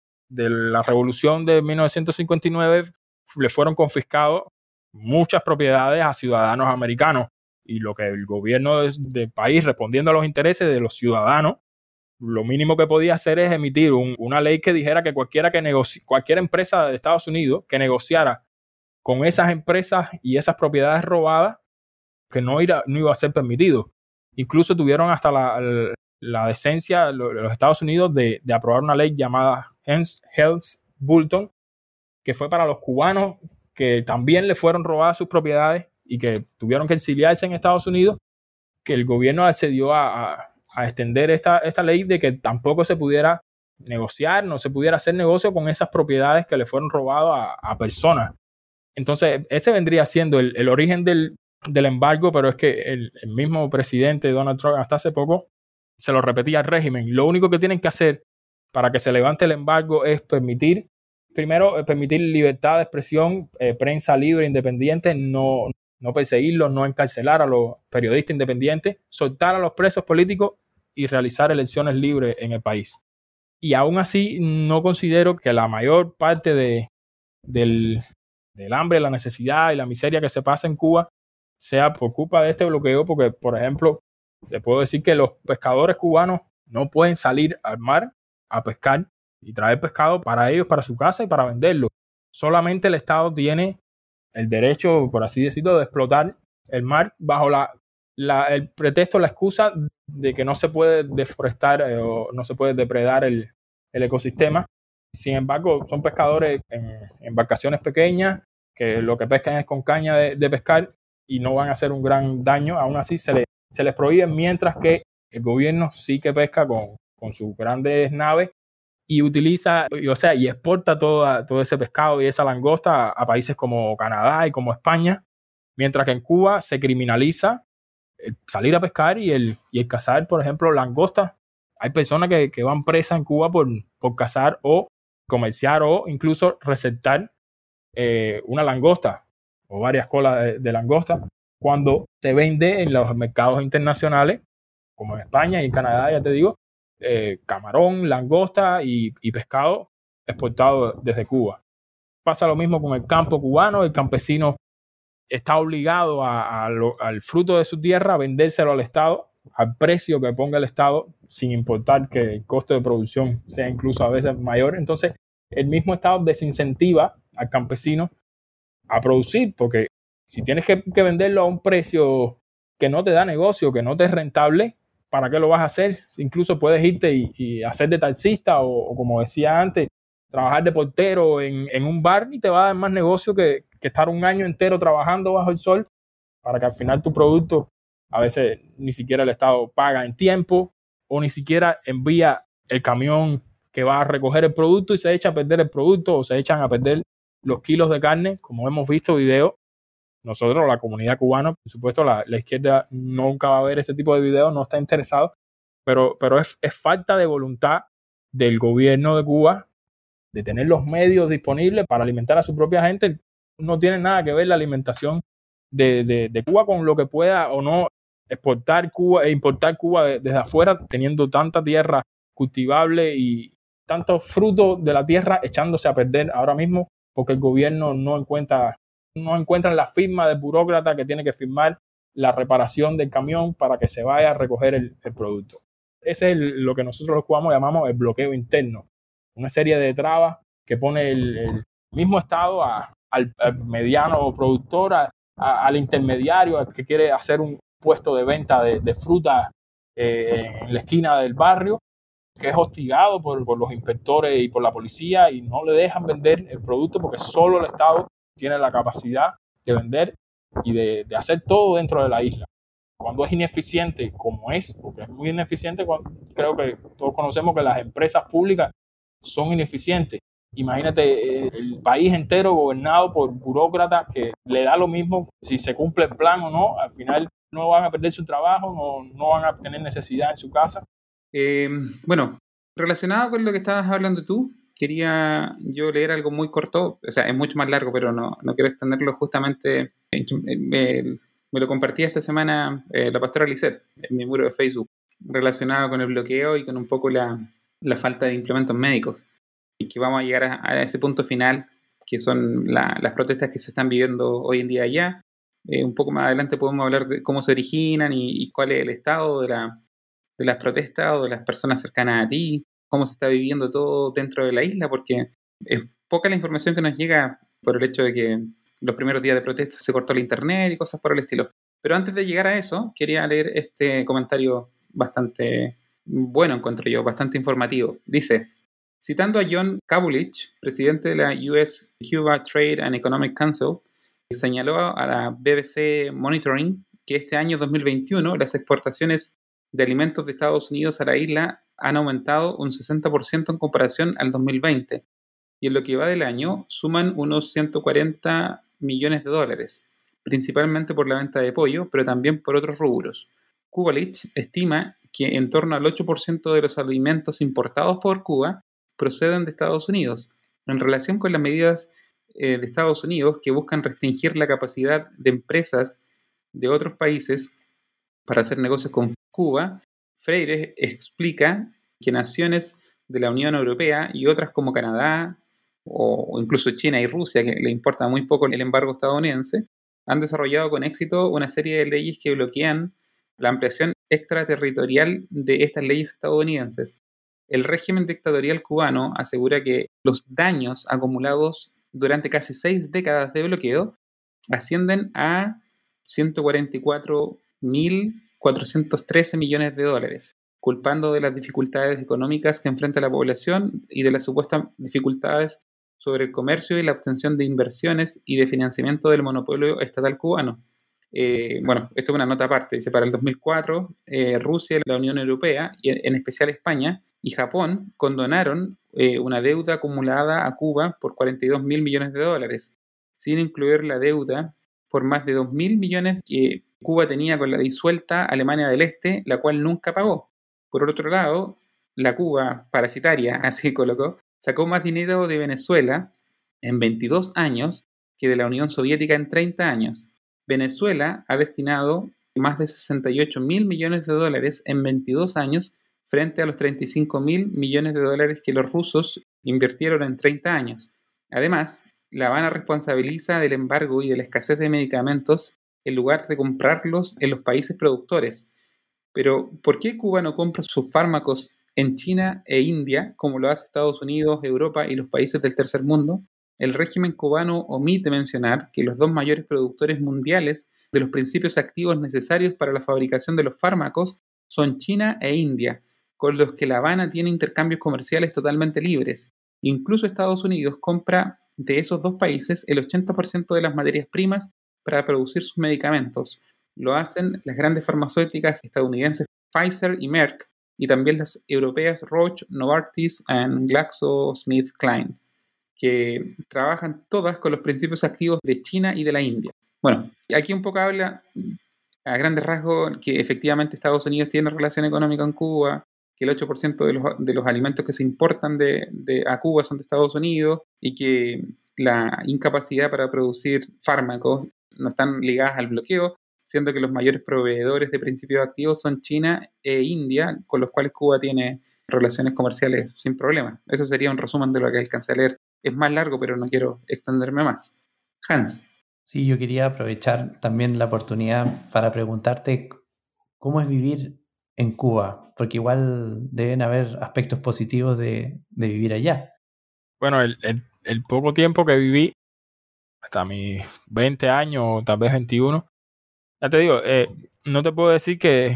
de la revolución de mil novecientos cincuenta y nueve, le fueron confiscados muchas propiedades a ciudadanos americanos y lo que el gobierno del país, respondiendo a los intereses de los ciudadanos, lo mínimo que podía hacer es emitir un, una ley que dijera que cualquiera que negocie, cualquier empresa de Estados Unidos que negociara con esas empresas y esas propiedades robadas, que no, iba, no iba a ser permitido. Incluso tuvieron hasta la, la decencia de los Estados Unidos de, de aprobar una ley llamada Helms-Burton, que fue para los cubanos que también le fueron robadas sus propiedades y que tuvieron que exiliarse en Estados Unidos, que el gobierno accedió a, a, a extender esta, esta ley de que tampoco se pudiera negociar, no se pudiera hacer negocio con esas propiedades que le fueron robadas a, a personas. Entonces, ese vendría siendo el, el origen del, del embargo, pero es que el, el mismo presidente Donald Trump hasta hace poco se lo repetía al régimen. Lo único que tienen que hacer para que se levante el embargo es permitir, primero, permitir libertad de expresión, eh, prensa libre, independiente, no, no perseguirlos, no encarcelar a los periodistas independientes, soltar a los presos políticos y realizar elecciones libres en el país. Y aún así no considero que la mayor parte de, del, del hambre, la necesidad y la miseria que se pasa en Cuba sea por culpa de este bloqueo, porque, por ejemplo, te puedo decir que los pescadores cubanos no pueden salir al mar a pescar y traer pescado para ellos, para su casa y para venderlo. Solamente el Estado tiene el derecho, por así decirlo, de explotar el mar bajo la, la, el pretexto, la excusa de que no se puede deforestar eh, o no se puede depredar el, el ecosistema. Sin embargo, son pescadores en embarcaciones pequeñas que lo que pescan es con caña de, de pescar y no van a hacer un gran daño. Aún así se, le, se les prohíbe, mientras que el gobierno sí que pesca con, con sus grandes naves y utiliza, y, o sea, y exporta todo, todo ese pescado y esa langosta a, a países como Canadá y como España, mientras que en Cuba se criminaliza el salir a pescar y el, y el cazar, por ejemplo, langostas. Hay personas que, que van presas en Cuba por, por cazar o comerciar o incluso recetar eh, una langosta o varias colas de, de langosta cuando se vende en los mercados internacionales, como en España y en Canadá, ya te digo, Eh, camarón, langosta y, y pescado exportado desde Cuba. Pasa lo mismo con el campo cubano. El campesino está obligado a, a lo, al fruto de su tierra a vendérselo al Estado al precio que ponga el Estado, sin importar que el costo de producción sea incluso a veces mayor. Entonces el mismo Estado desincentiva al campesino a producir, porque si tienes que, que venderlo a un precio que no te da negocio, que no te es rentable, ¿para qué lo vas a hacer? Incluso puedes irte y, y hacer de taxista o, o, como decía antes, trabajar de portero en, en un bar y te va a dar más negocio que, que estar un año entero trabajando bajo el sol para que al final tu producto, a veces ni siquiera el Estado paga en tiempo o ni siquiera envía el camión que va a recoger el producto y se echa a perder el producto o se echan a perder los kilos de carne, como hemos visto videos. Nosotros, la comunidad cubana, por supuesto, la, la izquierda nunca va a ver ese tipo de videos, no está interesado, pero, pero es, es falta de voluntad del gobierno de Cuba de tener los medios disponibles para alimentar a su propia gente. No tiene nada que ver la alimentación de, de, de Cuba con lo que pueda o no exportar Cuba e importar Cuba de, desde afuera, teniendo tanta tierra cultivable y tantos frutos de la tierra echándose a perder ahora mismo porque el gobierno no encuentra, no encuentra la firma del burócrata que tiene que firmar la reparación del camión para que se vaya a recoger el, el producto. Ese es el, lo que nosotros los cubanos llamamos el bloqueo interno. Una serie de trabas que pone el, el mismo Estado a, al, al mediano productor, a, a, al intermediario, al que quiere hacer un puesto de venta de, de fruta eh, en la esquina del barrio, que es hostigado por, por los inspectores y por la policía y no le dejan vender el producto porque solo el Estado tiene la capacidad de vender y de, de hacer todo dentro de la isla. Cuando es ineficiente, como es, porque es muy ineficiente, creo que todos conocemos que las empresas públicas son ineficientes. Imagínate el país entero gobernado por burócratas que le da lo mismo si se cumple el plan o no. Al final no van a perder su trabajo, no, no van a tener necesidad en su casa. Eh, bueno, relacionado con lo que estabas hablando tú, quería yo leer algo muy corto, o sea, es mucho más largo, pero no, no quiero extenderlo justamente. Me, me lo compartía esta semana eh, la pastora Lisette en mi muro de Facebook, relacionado con el bloqueo y con un poco la, la falta de implementos médicos. Y que vamos a llegar a, a ese punto final, que son la, las protestas que se están viviendo hoy en día allá. Eh, un poco más adelante podemos hablar de cómo se originan y, y cuál es el estado de, la, de las protestas o de las personas cercanas a ti, cómo se está viviendo todo dentro de la isla, porque es poca la información que nos llega por el hecho de que los primeros días de protesta se cortó el internet y cosas por el estilo. Pero antes de llegar a eso, quería leer este comentario bastante bueno, encuentro yo, bastante informativo. Dice, citando a John Kabulich, presidente de la U S Cuba Trade and Economic Council, señaló a la B B C Monitoring que este año dos mil veintiuno las exportaciones de alimentos de Estados Unidos a la isla han aumentado un sesenta por ciento en comparación al dos mil veinte y en lo que va del año suman unos ciento cuarenta millones de dólares, principalmente por la venta de pollo, pero también por otros rubros. Kubalich estima que en torno al ocho por ciento de los alimentos importados por Cuba proceden de Estados Unidos. En relación con las medidas eh, de Estados Unidos que buscan restringir la capacidad de empresas de otros países para hacer negocios con Cuba, Freire explica que naciones de la Unión Europea y otras como Canadá o, o incluso China y Rusia, que le importa muy poco el embargo estadounidense, han desarrollado con éxito una serie de leyes que bloquean la ampliación extraterritorial de estas leyes estadounidenses. El régimen dictatorial cubano asegura que los daños acumulados durante casi seis décadas de bloqueo ascienden a ciento cuarenta y cuatro mil cuatrocientos trece millones de dólares, culpando de las dificultades económicas que enfrenta la población y de las supuestas dificultades sobre el comercio y la obtención de inversiones y de financiamiento del monopolio estatal cubano. Eh, bueno, esto es una nota aparte. Dice, para el dos mil cuatro, eh, Rusia, la Unión Europea, y en especial España y Japón, condonaron eh, una deuda acumulada a Cuba por cuarenta y dos mil millones de dólares, sin incluir la deuda por más de dos mil millones que Cuba tenía con la disuelta Alemania del Este, la cual nunca pagó. Por otro lado, la Cuba parasitaria, así colocó, sacó más dinero de Venezuela en veintidós años que de la Unión Soviética en treinta años. Venezuela ha destinado más de sesenta y ocho mil millones de dólares en veintidós años frente a los treinta y cinco mil millones de dólares que los rusos invirtieron en treinta años. Además, La Habana responsabiliza del embargo y de la escasez de medicamentos en lugar de comprarlos en los países productores. Pero, ¿por qué Cuba no compra sus fármacos en China e India, como lo hace Estados Unidos, Europa y los países del tercer mundo? El régimen cubano omite mencionar que los dos mayores productores mundiales de los principios activos necesarios para la fabricación de los fármacos son China e India, con los que La Habana tiene intercambios comerciales totalmente libres. Incluso Estados Unidos compra de esos dos países el ochenta por ciento de las materias primas para producir sus medicamentos. Lo hacen las grandes farmacéuticas estadounidenses Pfizer y Merck, y también las europeas Roche, Novartis y GlaxoSmithKline, que trabajan todas con los principios activos de China y de la India. Bueno, aquí un poco habla a grandes rasgos que efectivamente Estados Unidos tiene relación económica con Cuba, que el ocho por ciento de los, de los alimentos que se importan de, de, a Cuba son de Estados Unidos y que la incapacidad para producir fármacos no están ligadas al bloqueo, siendo que los mayores proveedores de principios activos son China e India, con los cuales Cuba tiene relaciones comerciales sin problema. Eso sería un resumen de lo que alcancé a leer. Es más largo, pero no quiero extenderme más. Hans. Sí, yo quería aprovechar también la oportunidad para preguntarte cómo es vivir en Cuba, porque igual deben haber aspectos positivos de, de vivir allá. Bueno, el, el, el poco tiempo que viví, hasta mis veinte años o tal vez veintiuno, ya te digo, eh, no te puedo decir que,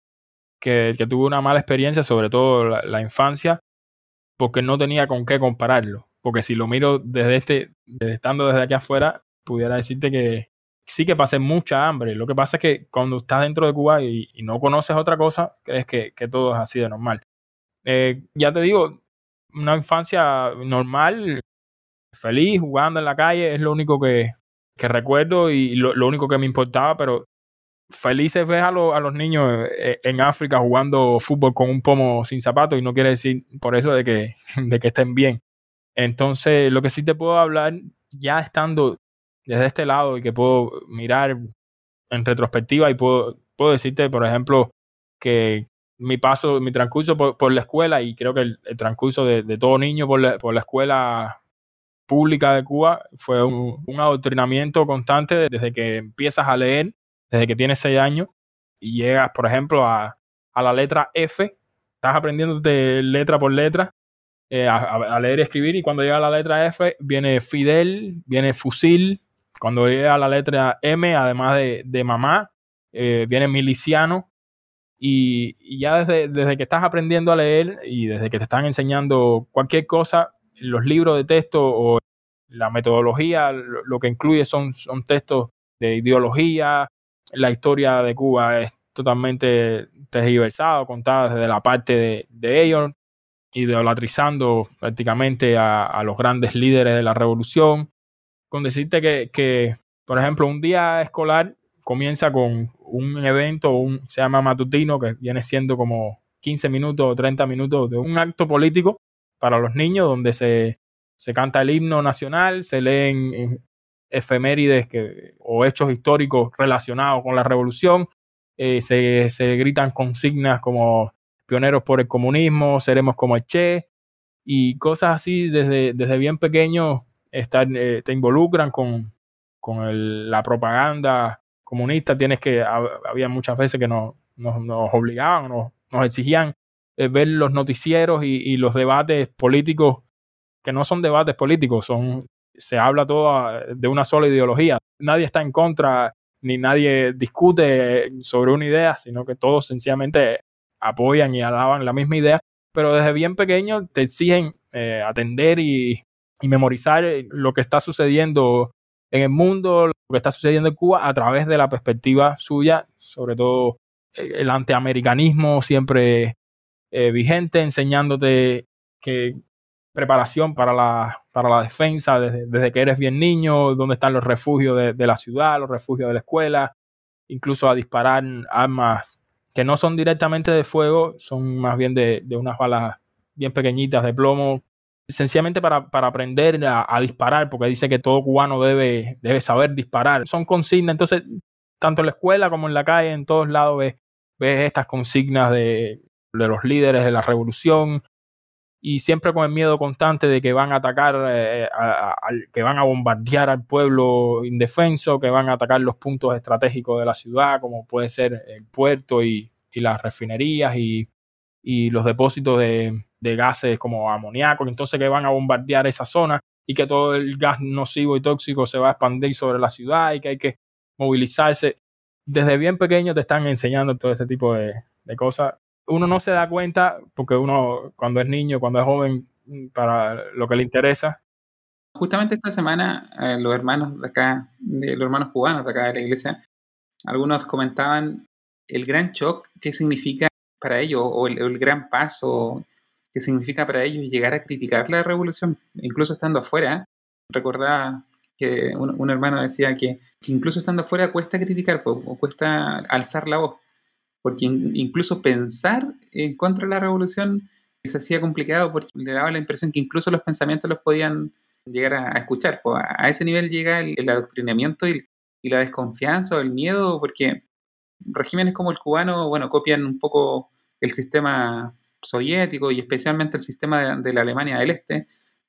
que, que tuve una mala experiencia, sobre todo la, la infancia, porque no tenía con qué compararlo. Porque si lo miro desde este, desde estando desde aquí afuera, pudiera decirte que sí que pasé mucha hambre. Lo que pasa es que cuando estás dentro de Cuba y, y no conoces otra cosa, crees que, que todo es así de normal. Eh, ya te digo, una infancia normal, feliz, jugando en la calle, es lo único que, que recuerdo y lo, lo único que me importaba, pero felices ves a, lo, a los niños en África jugando fútbol con un pomo sin zapatos y no quiere decir por eso de que, de que estén bien. Entonces, lo que sí te puedo hablar, ya estando desde este lado y que puedo mirar en retrospectiva y puedo, puedo decirte, por ejemplo, que mi paso, mi transcurso por, por la escuela y creo que el, el transcurso de, de todo niño por la, por la escuela pública de Cuba fue un, un adoctrinamiento constante desde que empiezas a leer, desde que tienes seis años y llegas, por ejemplo, a, a la letra F, estás aprendiéndote letra por letra, eh, a, a leer y escribir, y cuando llega a la letra F viene Fidel, viene fusil, cuando llega a la letra M, además de, de mamá, eh, viene miliciano, y, y ya desde, desde que estás aprendiendo a leer y desde que te están enseñando cualquier cosa, los libros de texto o la metodología, lo, lo que incluye son, son textos de ideología. La historia de Cuba es totalmente tergiversada, contada desde la parte de, de ellos, idolatrizando prácticamente a, a los grandes líderes de la revolución. Con decirte que, que, por ejemplo, un día escolar comienza con un evento, un, se llama matutino, que viene siendo como quince minutos o treinta minutos de un acto político para los niños, donde se, se canta el himno nacional, se leen efemérides que, o hechos históricos relacionados con la revolución, eh, se, se gritan consignas como pioneros por el comunismo, seremos como el Che, y cosas así desde, desde bien pequeño estar, eh, te involucran con, con el, la propaganda comunista. Tienes que, había muchas veces que nos, nos, nos obligaban, nos, nos exigían eh, ver los noticieros y, y los debates políticos, que no son debates políticos, son, se habla todo de una sola ideología. Nadie está en contra, ni nadie discute sobre una idea, sino que todos sencillamente apoyan y alaban la misma idea, pero desde bien pequeño te exigen eh, atender y, y memorizar lo que está sucediendo en el mundo, lo que está sucediendo en Cuba a través de la perspectiva suya, sobre todo el antiamericanismo siempre eh, vigente, enseñándote que preparación para la, para la defensa desde, desde que eres bien niño, dónde están los refugios de, de la ciudad, los refugios de la escuela, incluso a disparar armas que no son directamente de fuego, son más bien de, de unas balas bien pequeñitas de plomo, sencillamente para, para aprender a, a disparar, porque dice que todo cubano debe, debe saber disparar. Son consignas, entonces, tanto en la escuela como en la calle, en todos lados ves, ves estas consignas de, de los líderes de la revolución, y siempre con el miedo constante de que van a atacar, eh, a, a, a, que van a bombardear al pueblo indefenso, que van a atacar los puntos estratégicos de la ciudad, como puede ser el puerto y, y las refinerías y, y los depósitos de, de gases como amoníaco, entonces que van a bombardear esa zona y que todo el gas nocivo y tóxico se va a expandir sobre la ciudad y que hay que movilizarse. Desde bien pequeño te están enseñando todo este tipo de, de cosas. Uno no se da cuenta porque uno cuando es niño, cuando es joven, para lo que le interesa. Justamente esta semana eh, los hermanos de acá, de, los hermanos cubanos de acá de la iglesia, algunos comentaban el gran shock que significa para ellos, o el, el gran paso que significa para ellos llegar a criticar la revolución, incluso estando afuera. Recordaba que un, un hermano decía que, que incluso estando afuera cuesta criticar, o cuesta alzar la voz. porque in- incluso pensar en contra de la revolución se hacía complicado porque le daba la impresión que incluso los pensamientos los podían llegar a, a escuchar. Pues a, a ese nivel llega el, el adoctrinamiento y, y la desconfianza o el miedo, porque regímenes como el cubano, bueno, copian un poco el sistema soviético y especialmente el sistema de, de la Alemania del Este,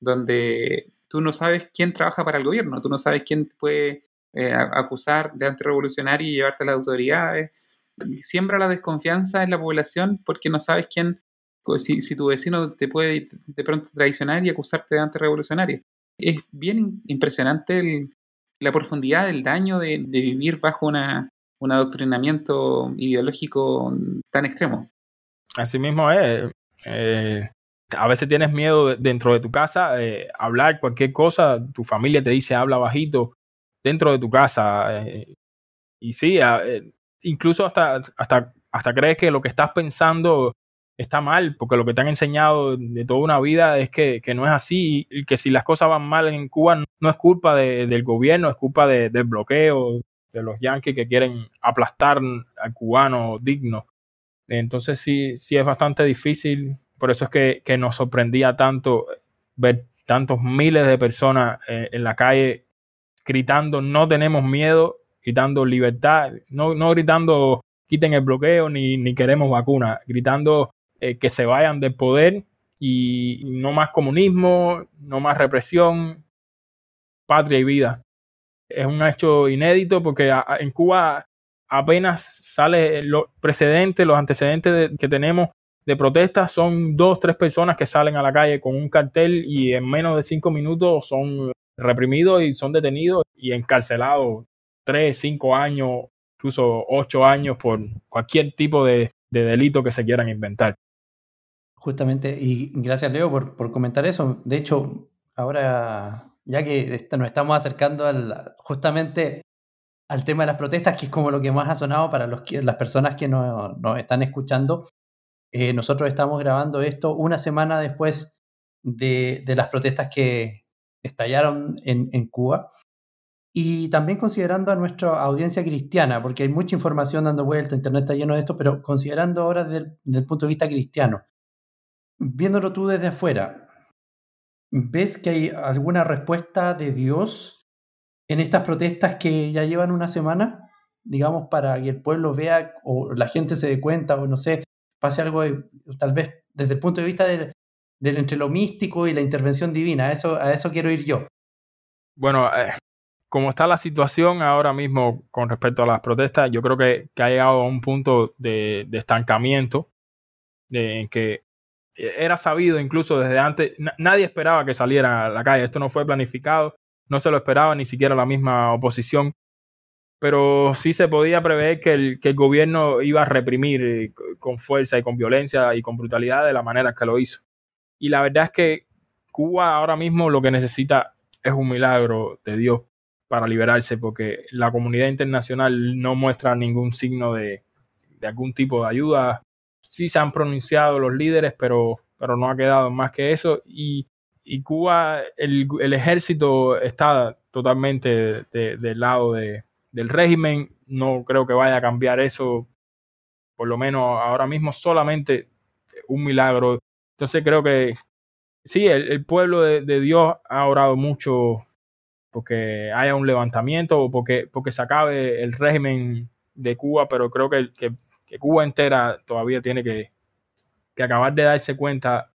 donde tú no sabes quién trabaja para el gobierno, tú no sabes quién te puede eh, acusar de antirrevolucionario y llevarte a las autoridades. Siembra la desconfianza en la población porque no sabes quién, si, si tu vecino te puede de pronto traicionar y acusarte de antirrevolucionario. Es bien impresionante el, la profundidad del daño de, de vivir bajo una, un adoctrinamiento ideológico tan extremo. Así mismo es. Eh, a veces tienes miedo dentro de tu casa, eh, hablar cualquier cosa, tu familia te dice habla bajito dentro de tu casa. Eh, y sí, eh, incluso hasta, hasta, hasta crees que lo que estás pensando está mal, porque lo que te han enseñado de toda una vida es que, que no es así, y que si las cosas van mal en Cuba no, no es culpa de, del gobierno, es culpa de, del bloqueo, de los yanquis que quieren aplastar al cubano digno. Entonces sí, sí es bastante difícil, por eso es que, que nos sorprendía tanto ver tantos miles de personas eh, en la calle gritando no tenemos miedo, gritando libertad, no, no gritando quiten el bloqueo ni, ni queremos vacuna, gritando eh, que se vayan del poder y, y no más comunismo, no más represión, patria y vida. Es un hecho inédito porque a, a, en Cuba apenas sale los precedentes, los antecedentes de, que tenemos de protestas son dos, tres personas que salen a la calle con un cartel y en menos de cinco minutos son reprimidos y son detenidos y encarcelados tres, cinco años, incluso ocho años por cualquier tipo de, de delito que se quieran inventar. Justamente, y gracias Leo por, por comentar eso. De hecho, ahora ya que nos estamos acercando al, justamente al tema de las protestas, que es como lo que más ha sonado para los que, las personas que nos, nos están escuchando, eh, nosotros estamos grabando esto una semana después de, de las protestas que estallaron en, en Cuba. Y también considerando a nuestra audiencia cristiana, porque hay mucha información dando vuelta, internet está lleno de esto, pero considerando ahora desde, desde el punto de vista cristiano, viéndolo tú desde afuera, ¿ves que hay alguna respuesta de Dios en estas protestas que ya llevan una semana? Digamos, para que el pueblo vea o la gente se dé cuenta o no sé, pase algo de, tal vez desde el punto de vista del, del entre lo místico y la intervención divina. A eso, a eso quiero ir yo. Bueno, eh, como está la situación ahora mismo con respecto a las protestas, yo creo que, que ha llegado a un punto de, de estancamiento de, en que era sabido incluso desde antes, na- nadie esperaba que saliera a la calle, esto no fue planificado, no se lo esperaba ni siquiera la misma oposición, pero sí se podía prever que el, que el gobierno iba a reprimir eh, con fuerza y con violencia y con brutalidad de la manera que lo hizo. Y la verdad es que Cuba ahora mismo lo que necesita es un milagro de Dios para liberarse, porque la comunidad internacional no muestra ningún signo de, de algún tipo de ayuda. Sí se han pronunciado los líderes, pero, pero no ha quedado más que eso. Y, y Cuba, el, el ejército está totalmente de, del lado de, del régimen. No creo que vaya a cambiar eso, por lo menos ahora mismo, solamente un milagro. Entonces creo que sí, el, el pueblo de, de Dios ha orado mucho porque haya un levantamiento o porque, porque se acabe el régimen de Cuba, pero creo que, que, que Cuba entera todavía tiene que, que acabar de darse cuenta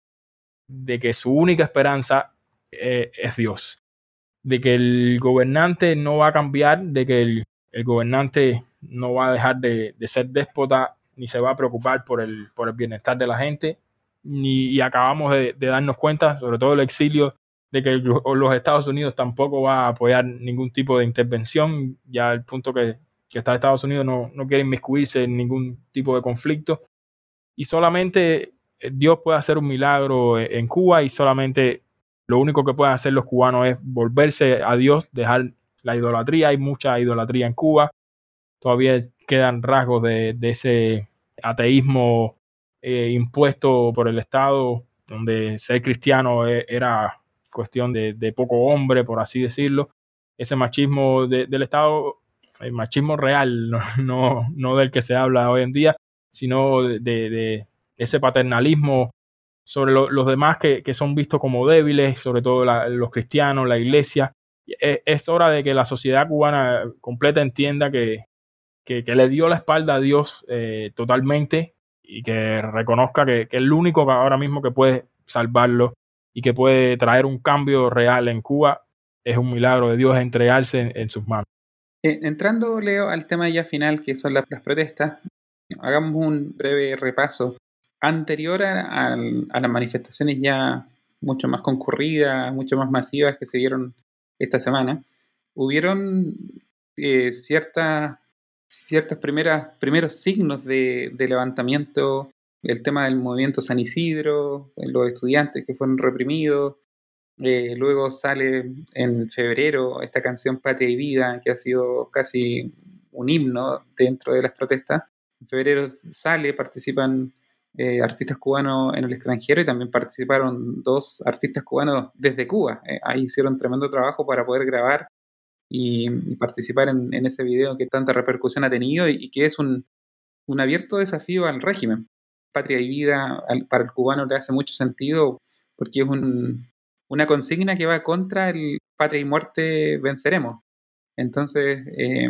de que su única esperanza eh, es Dios, de que el gobernante no va a cambiar, de que el, el gobernante no va a dejar de, de ser déspota ni se va a preocupar por el, por el bienestar de la gente, ni, y acabamos de, de darnos cuenta, sobre todo el exilio, de que los Estados Unidos tampoco va a apoyar ningún tipo de intervención, ya el punto que, que está Estados Unidos no, no quiere inmiscuirse en ningún tipo de conflicto, y solamente Dios puede hacer un milagro en Cuba, y solamente lo único que pueden hacer los cubanos es volverse a Dios, dejar la idolatría. Hay mucha idolatría en Cuba, todavía quedan rasgos de, de ese ateísmo eh, impuesto por el Estado, donde ser cristiano era cuestión de, de poco hombre, por así decirlo. Ese machismo de, del Estado el machismo real, no, no, no del que se habla hoy en día, sino de, de ese paternalismo sobre lo, los demás que, que son vistos como débiles, sobre todo la, los cristianos, la iglesia. Es, es hora de que la sociedad cubana completa entienda que, que, que le dio la espalda a Dios eh, totalmente y que reconozca que, que es el único que ahora mismo que puede salvarlo y que puede traer un cambio real en Cuba. Es un milagro de Dios entregarse en, en sus manos. Eh, entrando, Leo, al tema ya final, que son las, las protestas, hagamos un breve repaso. Anterior a, a, a las manifestaciones ya mucho más concurridas, mucho más masivas que se dieron esta semana, hubieron eh, ciertas ciertos primeros signos de, de levantamiento, el tema del movimiento San Isidro, los estudiantes que fueron reprimidos. Eh, luego sale en febrero esta canción Patria y Vida, que ha sido casi un himno dentro de las protestas. En febrero sale, participan eh, artistas cubanos en el extranjero y también participaron dos artistas cubanos desde Cuba. Eh, ahí hicieron tremendo trabajo para poder grabar y, y participar en, en ese video que tanta repercusión ha tenido y, y que es un, un abierto desafío al régimen. Patria y Vida al, para el cubano le hace mucho sentido porque es un, una consigna que va contra el patria y muerte venceremos. Entonces eh,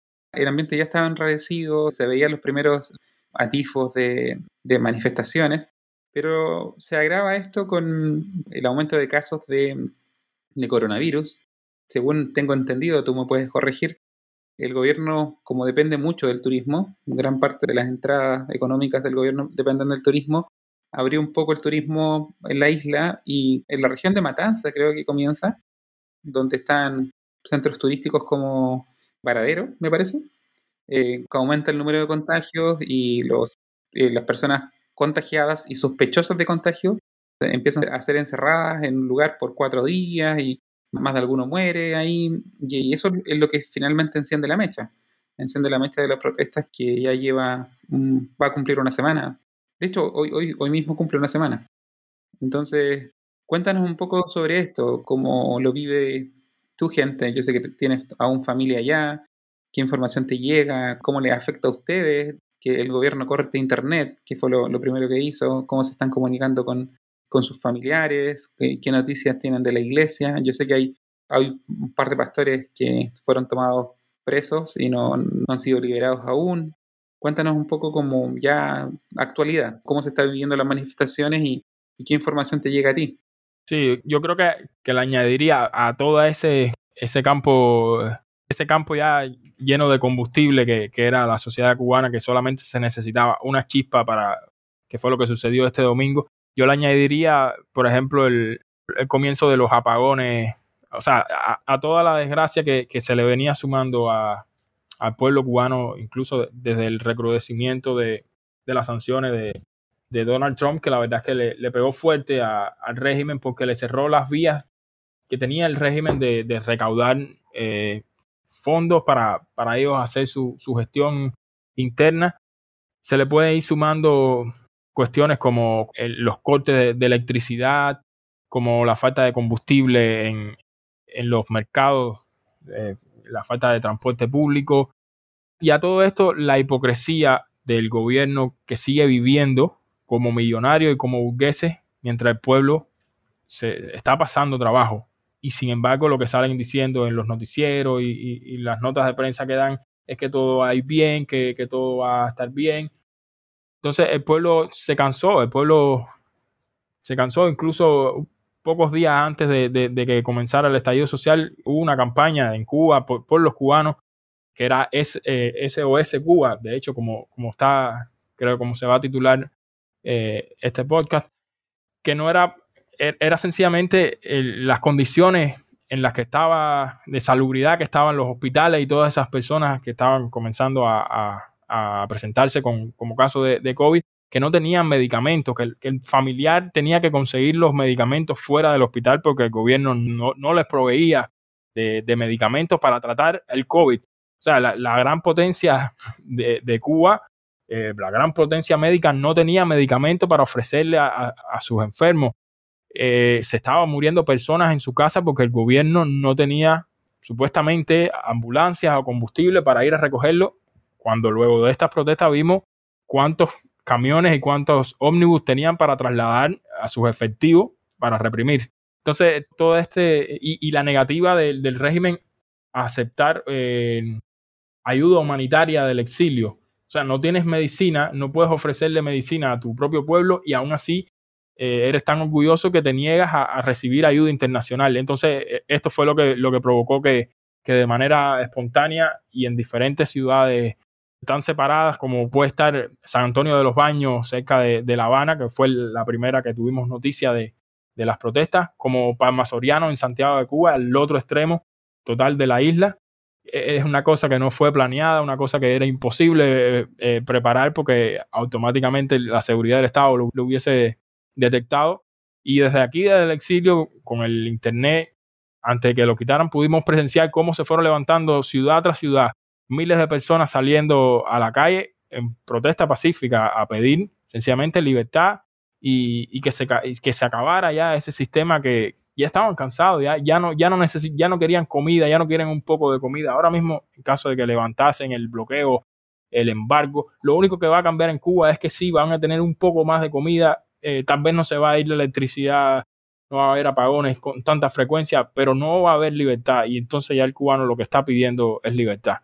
el ambiente ya estaba enrarecido, se veían los primeros atisbos de, de manifestaciones, pero se agrava esto con el aumento de casos de, de coronavirus. Según tengo entendido, tú me puedes corregir, el gobierno, como depende mucho del turismo, gran parte de las entradas económicas del gobierno dependen del turismo, abrió un poco el turismo en la isla y en la región de Matanza creo que comienza, donde están centros turísticos como Varadero, me parece, eh, que aumenta el número de contagios y los, eh, las personas contagiadas y sospechosas de contagio eh, empiezan a ser encerradas en un lugar por cuatro días y más de alguno muere ahí, y eso es lo que finalmente enciende la mecha, enciende la mecha de las protestas que ya lleva, um, va a cumplir una semana. De hecho, hoy, hoy, hoy mismo cumple una semana. Entonces, cuéntanos un poco sobre esto, cómo lo vive tu gente. Yo sé que tienes aún familia allá, qué información te llega, cómo les afecta a ustedes, que el gobierno corte internet, que fue lo, lo primero que hizo, cómo se están comunicando con, con sus familiares, qué, qué noticias tienen de la iglesia. Yo sé que hay, hay un par de pastores que fueron tomados presos y no, no han sido liberados aún. Cuéntanos un poco como ya actualidad, cómo se están viviendo las manifestaciones y, y qué información te llega a ti. Sí, yo creo que, que le añadiría a todo ese, ese campo, ese campo ya lleno de combustible que, que era la sociedad cubana, que solamente se necesitaba una chispa para, que fue lo que sucedió este domingo. Yo le añadiría, por ejemplo, el, el comienzo de los apagones, o sea, a, a toda la desgracia que, que se le venía sumando a al pueblo cubano, incluso desde el recrudecimiento de, de las sanciones de, de Donald Trump, que la verdad es que le, le pegó fuerte a, al régimen porque le cerró las vías que tenía el régimen de, de recaudar eh, fondos para, para ellos hacer su, su gestión interna. Se le puede ir sumando cuestiones como el, los cortes de, de electricidad, como la falta de combustible en, en los mercados, eh, la falta de transporte público, y a todo esto la hipocresía del gobierno que sigue viviendo como millonario y como burgueses mientras el pueblo se está pasando trabajo. Y sin embargo lo que salen diciendo en los noticieros y, y, y las notas de prensa que dan es que todo va a ir bien, que, que todo va a estar bien. Entonces el pueblo se cansó, el pueblo se cansó. Incluso pocos días antes de, de, de que comenzara el estallido social, hubo una campaña en Cuba por, por los cubanos que era S, eh, S O S Cuba, de hecho, como, como está, creo como se va a titular eh, este podcast, que no era, era sencillamente el, las condiciones en las que estaba, de salubridad que estaban los hospitales y todas esas personas que estaban comenzando a, a, a presentarse con, como caso de, de COVID, que no tenían medicamentos, que el, que el familiar tenía que conseguir los medicamentos fuera del hospital porque el gobierno no, no les proveía de, de medicamentos para tratar el COVID. O sea, la, la gran potencia de, de Cuba, eh, la gran potencia médica no tenía medicamentos para ofrecerle a, a, a sus enfermos. Eh, se estaban muriendo personas en su casa porque el gobierno no tenía supuestamente ambulancias o combustible para ir a recogerlo, cuando luego de estas protestas vimos cuántos camiones y cuántos ómnibus tenían para trasladar a sus efectivos para reprimir. Entonces, todo este y, y la negativa de, del régimen a aceptar eh, ayuda humanitaria del exilio. O sea, no tienes medicina, no puedes ofrecerle medicina a tu propio pueblo y aún así eh, eres tan orgulloso que te niegas a, a recibir ayuda internacional. Entonces, esto fue lo que, lo que provocó que, que de manera espontánea y en diferentes ciudades tan separadas como puede estar San Antonio de los Baños, cerca de, de La Habana, que fue la primera que tuvimos noticia de, de las protestas, como Palma Soriano en Santiago de Cuba, el otro extremo total de la isla. Es una cosa que no fue planeada, una cosa que era imposible eh, preparar porque automáticamente la seguridad del Estado lo, lo hubiese detectado. Y desde aquí, desde el exilio, con el internet, antes de que lo quitaran, pudimos presenciar cómo se fueron levantando ciudad tras ciudad, miles de personas saliendo a la calle en protesta pacífica a pedir sencillamente libertad y, y que, se, que se acabara ya ese sistema que ya estaban cansados, ya, ya, no, ya, no necesi- ya no querían comida, ya no quieren un poco de comida. Ahora mismo, en caso de que levantasen el bloqueo, el embargo, lo único que va a cambiar en Cuba es que sí van a tener un poco más de comida, eh, tal vez no se va a ir la electricidad, no va a haber apagones con tanta frecuencia, pero no va a haber libertad y entonces ya el cubano lo que está pidiendo es libertad.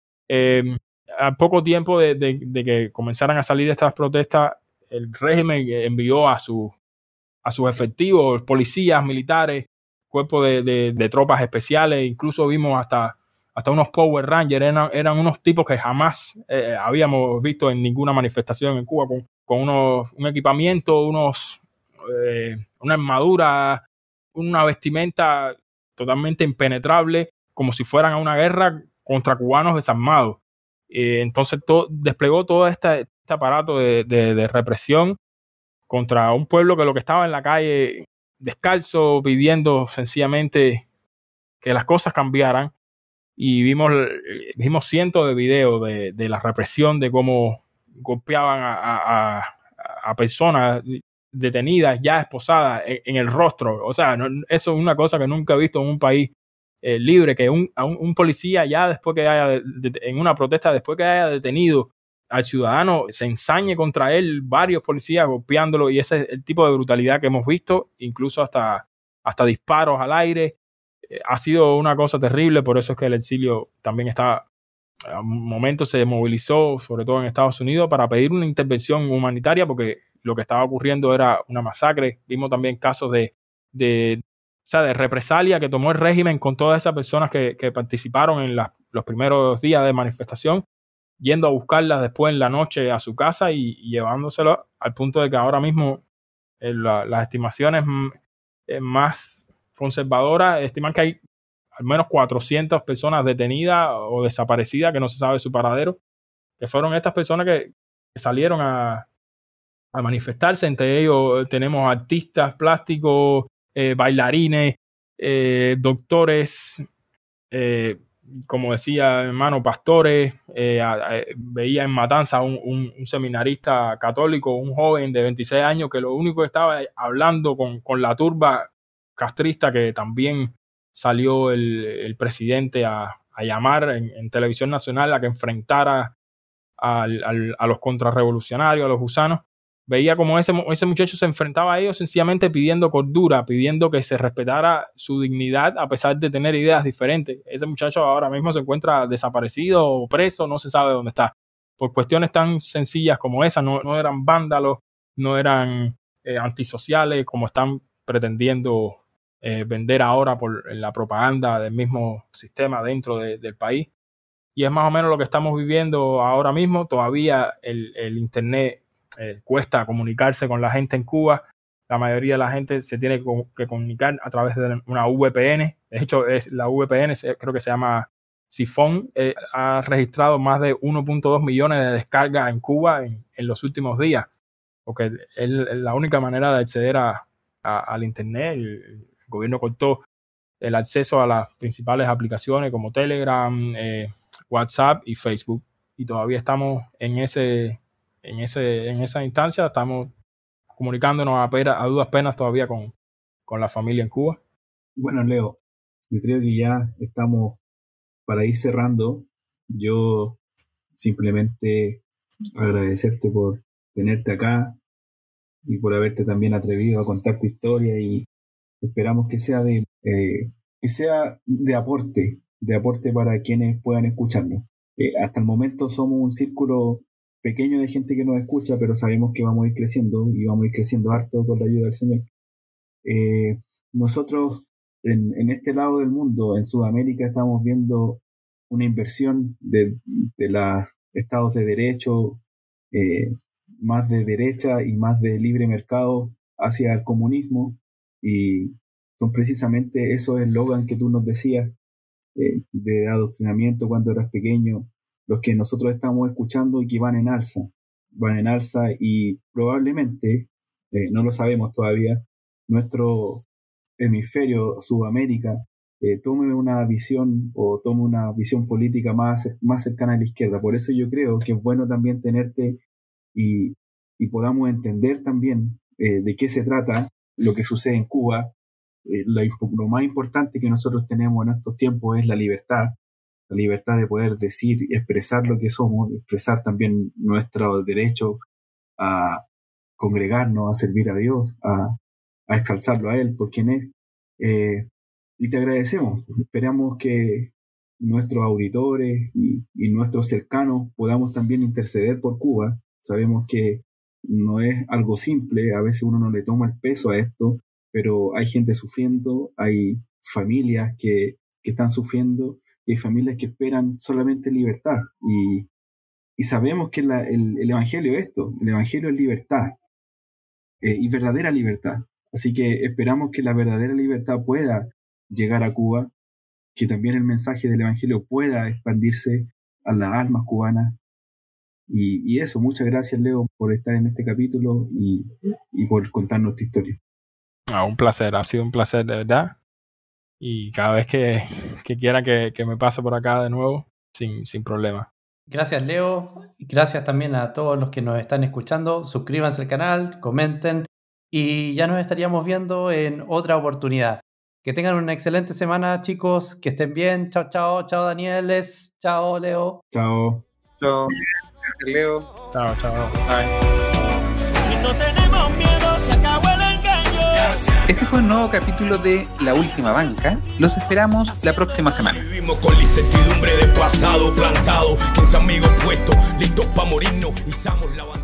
Eh, a poco tiempo de, de, de que comenzaran a salir estas protestas, el régimen envió a, su, a sus efectivos, policías, militares, cuerpos de, de, de tropas especiales, incluso vimos hasta, hasta unos Power Rangers, eran, eran unos tipos que jamás eh, habíamos visto en ninguna manifestación en Cuba, con, con unos, un equipamiento, unos, eh, una armadura, una vestimenta totalmente impenetrable, como si fueran a una guerra contra cubanos desarmados. Eh, entonces todo, desplegó todo este, este aparato de, de, de represión contra un pueblo que lo que estaba en la calle descalzo, pidiendo sencillamente que las cosas cambiaran. Y vimos, vimos cientos de videos de, de la represión, de cómo golpeaban a, a, a personas detenidas, ya esposadas, en, en el rostro. O sea, no, eso es una cosa que nunca he visto en un país eh, libre, que un, a un, un policía ya después que haya, de, de, en una protesta, después que haya detenido al ciudadano, se ensañe contra él varios policías golpeándolo, y ese es el tipo de brutalidad que hemos visto, incluso hasta, hasta disparos al aire. Eh, ha sido una cosa terrible, por eso es que el exilio también está, a un momento se movilizó, sobre todo en Estados Unidos, para pedir una intervención humanitaria, porque lo que estaba ocurriendo era una masacre. Vimos también casos de, de, o sea, de represalia que tomó el régimen con todas esas personas que, que participaron en la, los primeros días de manifestación, yendo a buscarlas después en la noche a su casa y, y llevándoselo al punto de que ahora mismo eh, la, las estimaciones eh, más conservadoras estiman que hay al menos cuatrocientas personas detenidas o desaparecidas que no se sabe su paradero, que fueron estas personas que, que salieron a, a manifestarse. Entre ellos tenemos artistas plásticos, eh, bailarines, eh, doctores, eh, como decía hermano, pastores. Eh, a, a, veía en Matanza un, un, un seminarista católico, un joven de veintiséis años, que lo único que estaba hablando con, con la turba castrista, que también salió el, el presidente a, a llamar en, en televisión nacional a que enfrentara al, al, a los contrarrevolucionarios, a los gusanos. Veía como ese, ese muchacho se enfrentaba a ellos sencillamente pidiendo cordura, pidiendo que se respetara su dignidad a pesar de tener ideas diferentes. Ese muchacho ahora mismo se encuentra desaparecido o preso, no se sabe dónde está. Por cuestiones tan sencillas como esas, no, no eran vándalos, no eran eh, antisociales como están pretendiendo eh, vender ahora por la propaganda del mismo sistema dentro de, del país. Y es más o menos lo que estamos viviendo ahora mismo. Todavía el, el internet Eh, cuesta comunicarse con la gente en Cuba. La mayoría de la gente se tiene que comunicar a través de una V P N. De hecho, es la V P N, creo que se llama Sifón, eh, ha registrado más de uno punto dos millones de descargas en Cuba en, en los últimos días, porque es la única manera de acceder a, a, al internet. El, el gobierno cortó el acceso a las principales aplicaciones como Telegram, eh, WhatsApp y Facebook, y todavía estamos en ese En, ese, en esa instancia, estamos comunicándonos a, pera, a duras penas todavía con, con la familia en Cuba. Bueno, Leo, yo creo que ya estamos para ir cerrando. Yo simplemente agradecerte por tenerte acá y por haberte también atrevido a contar tu historia, y esperamos que sea de eh, que sea de aporte, de aporte para quienes puedan escucharnos. Eh, hasta el momento somos un círculo pequeño de gente que nos escucha, pero sabemos que vamos a ir creciendo y vamos a ir creciendo harto con la ayuda del Señor. Eh, nosotros en, en este lado del mundo, en Sudamérica, estamos viendo una inversión de, de los estados de derecho, eh, más de derecha y más de libre mercado hacia el comunismo, y son precisamente esos eslogan que tú nos decías eh, de adoctrinamiento cuando eras pequeño, los que nosotros estamos escuchando y que van en alza, van en alza y probablemente, eh, no lo sabemos todavía, nuestro hemisferio, Sudamérica, eh, tome una visión o tome una visión política más, más cercana a la izquierda. Por eso yo creo que es bueno también tenerte y, y podamos entender también eh, de qué se trata lo que sucede en Cuba. Eh, lo, lo más importante que nosotros tenemos en estos tiempos es la libertad, la libertad de poder decir y expresar lo que somos, expresar también nuestro derecho a congregarnos, a servir a Dios, a, a exaltarlo a Él por quien es. Eh, y te agradecemos. Esperamos que nuestros auditores y, y nuestros cercanos podamos también interceder por Cuba. Sabemos que no es algo simple, a veces uno no le toma el peso a esto, pero hay gente sufriendo, hay familias que, que están sufriendo, y hay familias que esperan solamente libertad. Y, y sabemos que la, el, el Evangelio es esto, el Evangelio es libertad, eh, y verdadera libertad. Así que esperamos que la verdadera libertad pueda llegar a Cuba, que también el mensaje del Evangelio pueda expandirse a las almas cubanas. Y, y eso, muchas gracias, Leo, por estar en este capítulo y, y por contarnos tu historia. Ah, un placer, ha sido un placer de verdad. Y cada vez que, que quiera que, que me pase por acá de nuevo, sin, sin problema. Gracias, Leo. Gracias también a todos los que nos están escuchando. Suscríbanse al canal, comenten y ya nos estaríamos viendo en otra oportunidad. Que tengan una excelente semana, chicos. Que estén bien. Chao, chao. Chao, Danieles. Chao, Leo. Chao. Chao. Gracias, Leo. Chao, chao. Bye. Y no tenemos miedo, se acabó el engaño. Este fue un nuevo capítulo de La Última Banca. Los esperamos la próxima semana. Vivimos con la incertidumbre de pasado plantado, quince amigos puestos, listos para morirnos, izamos la bandera.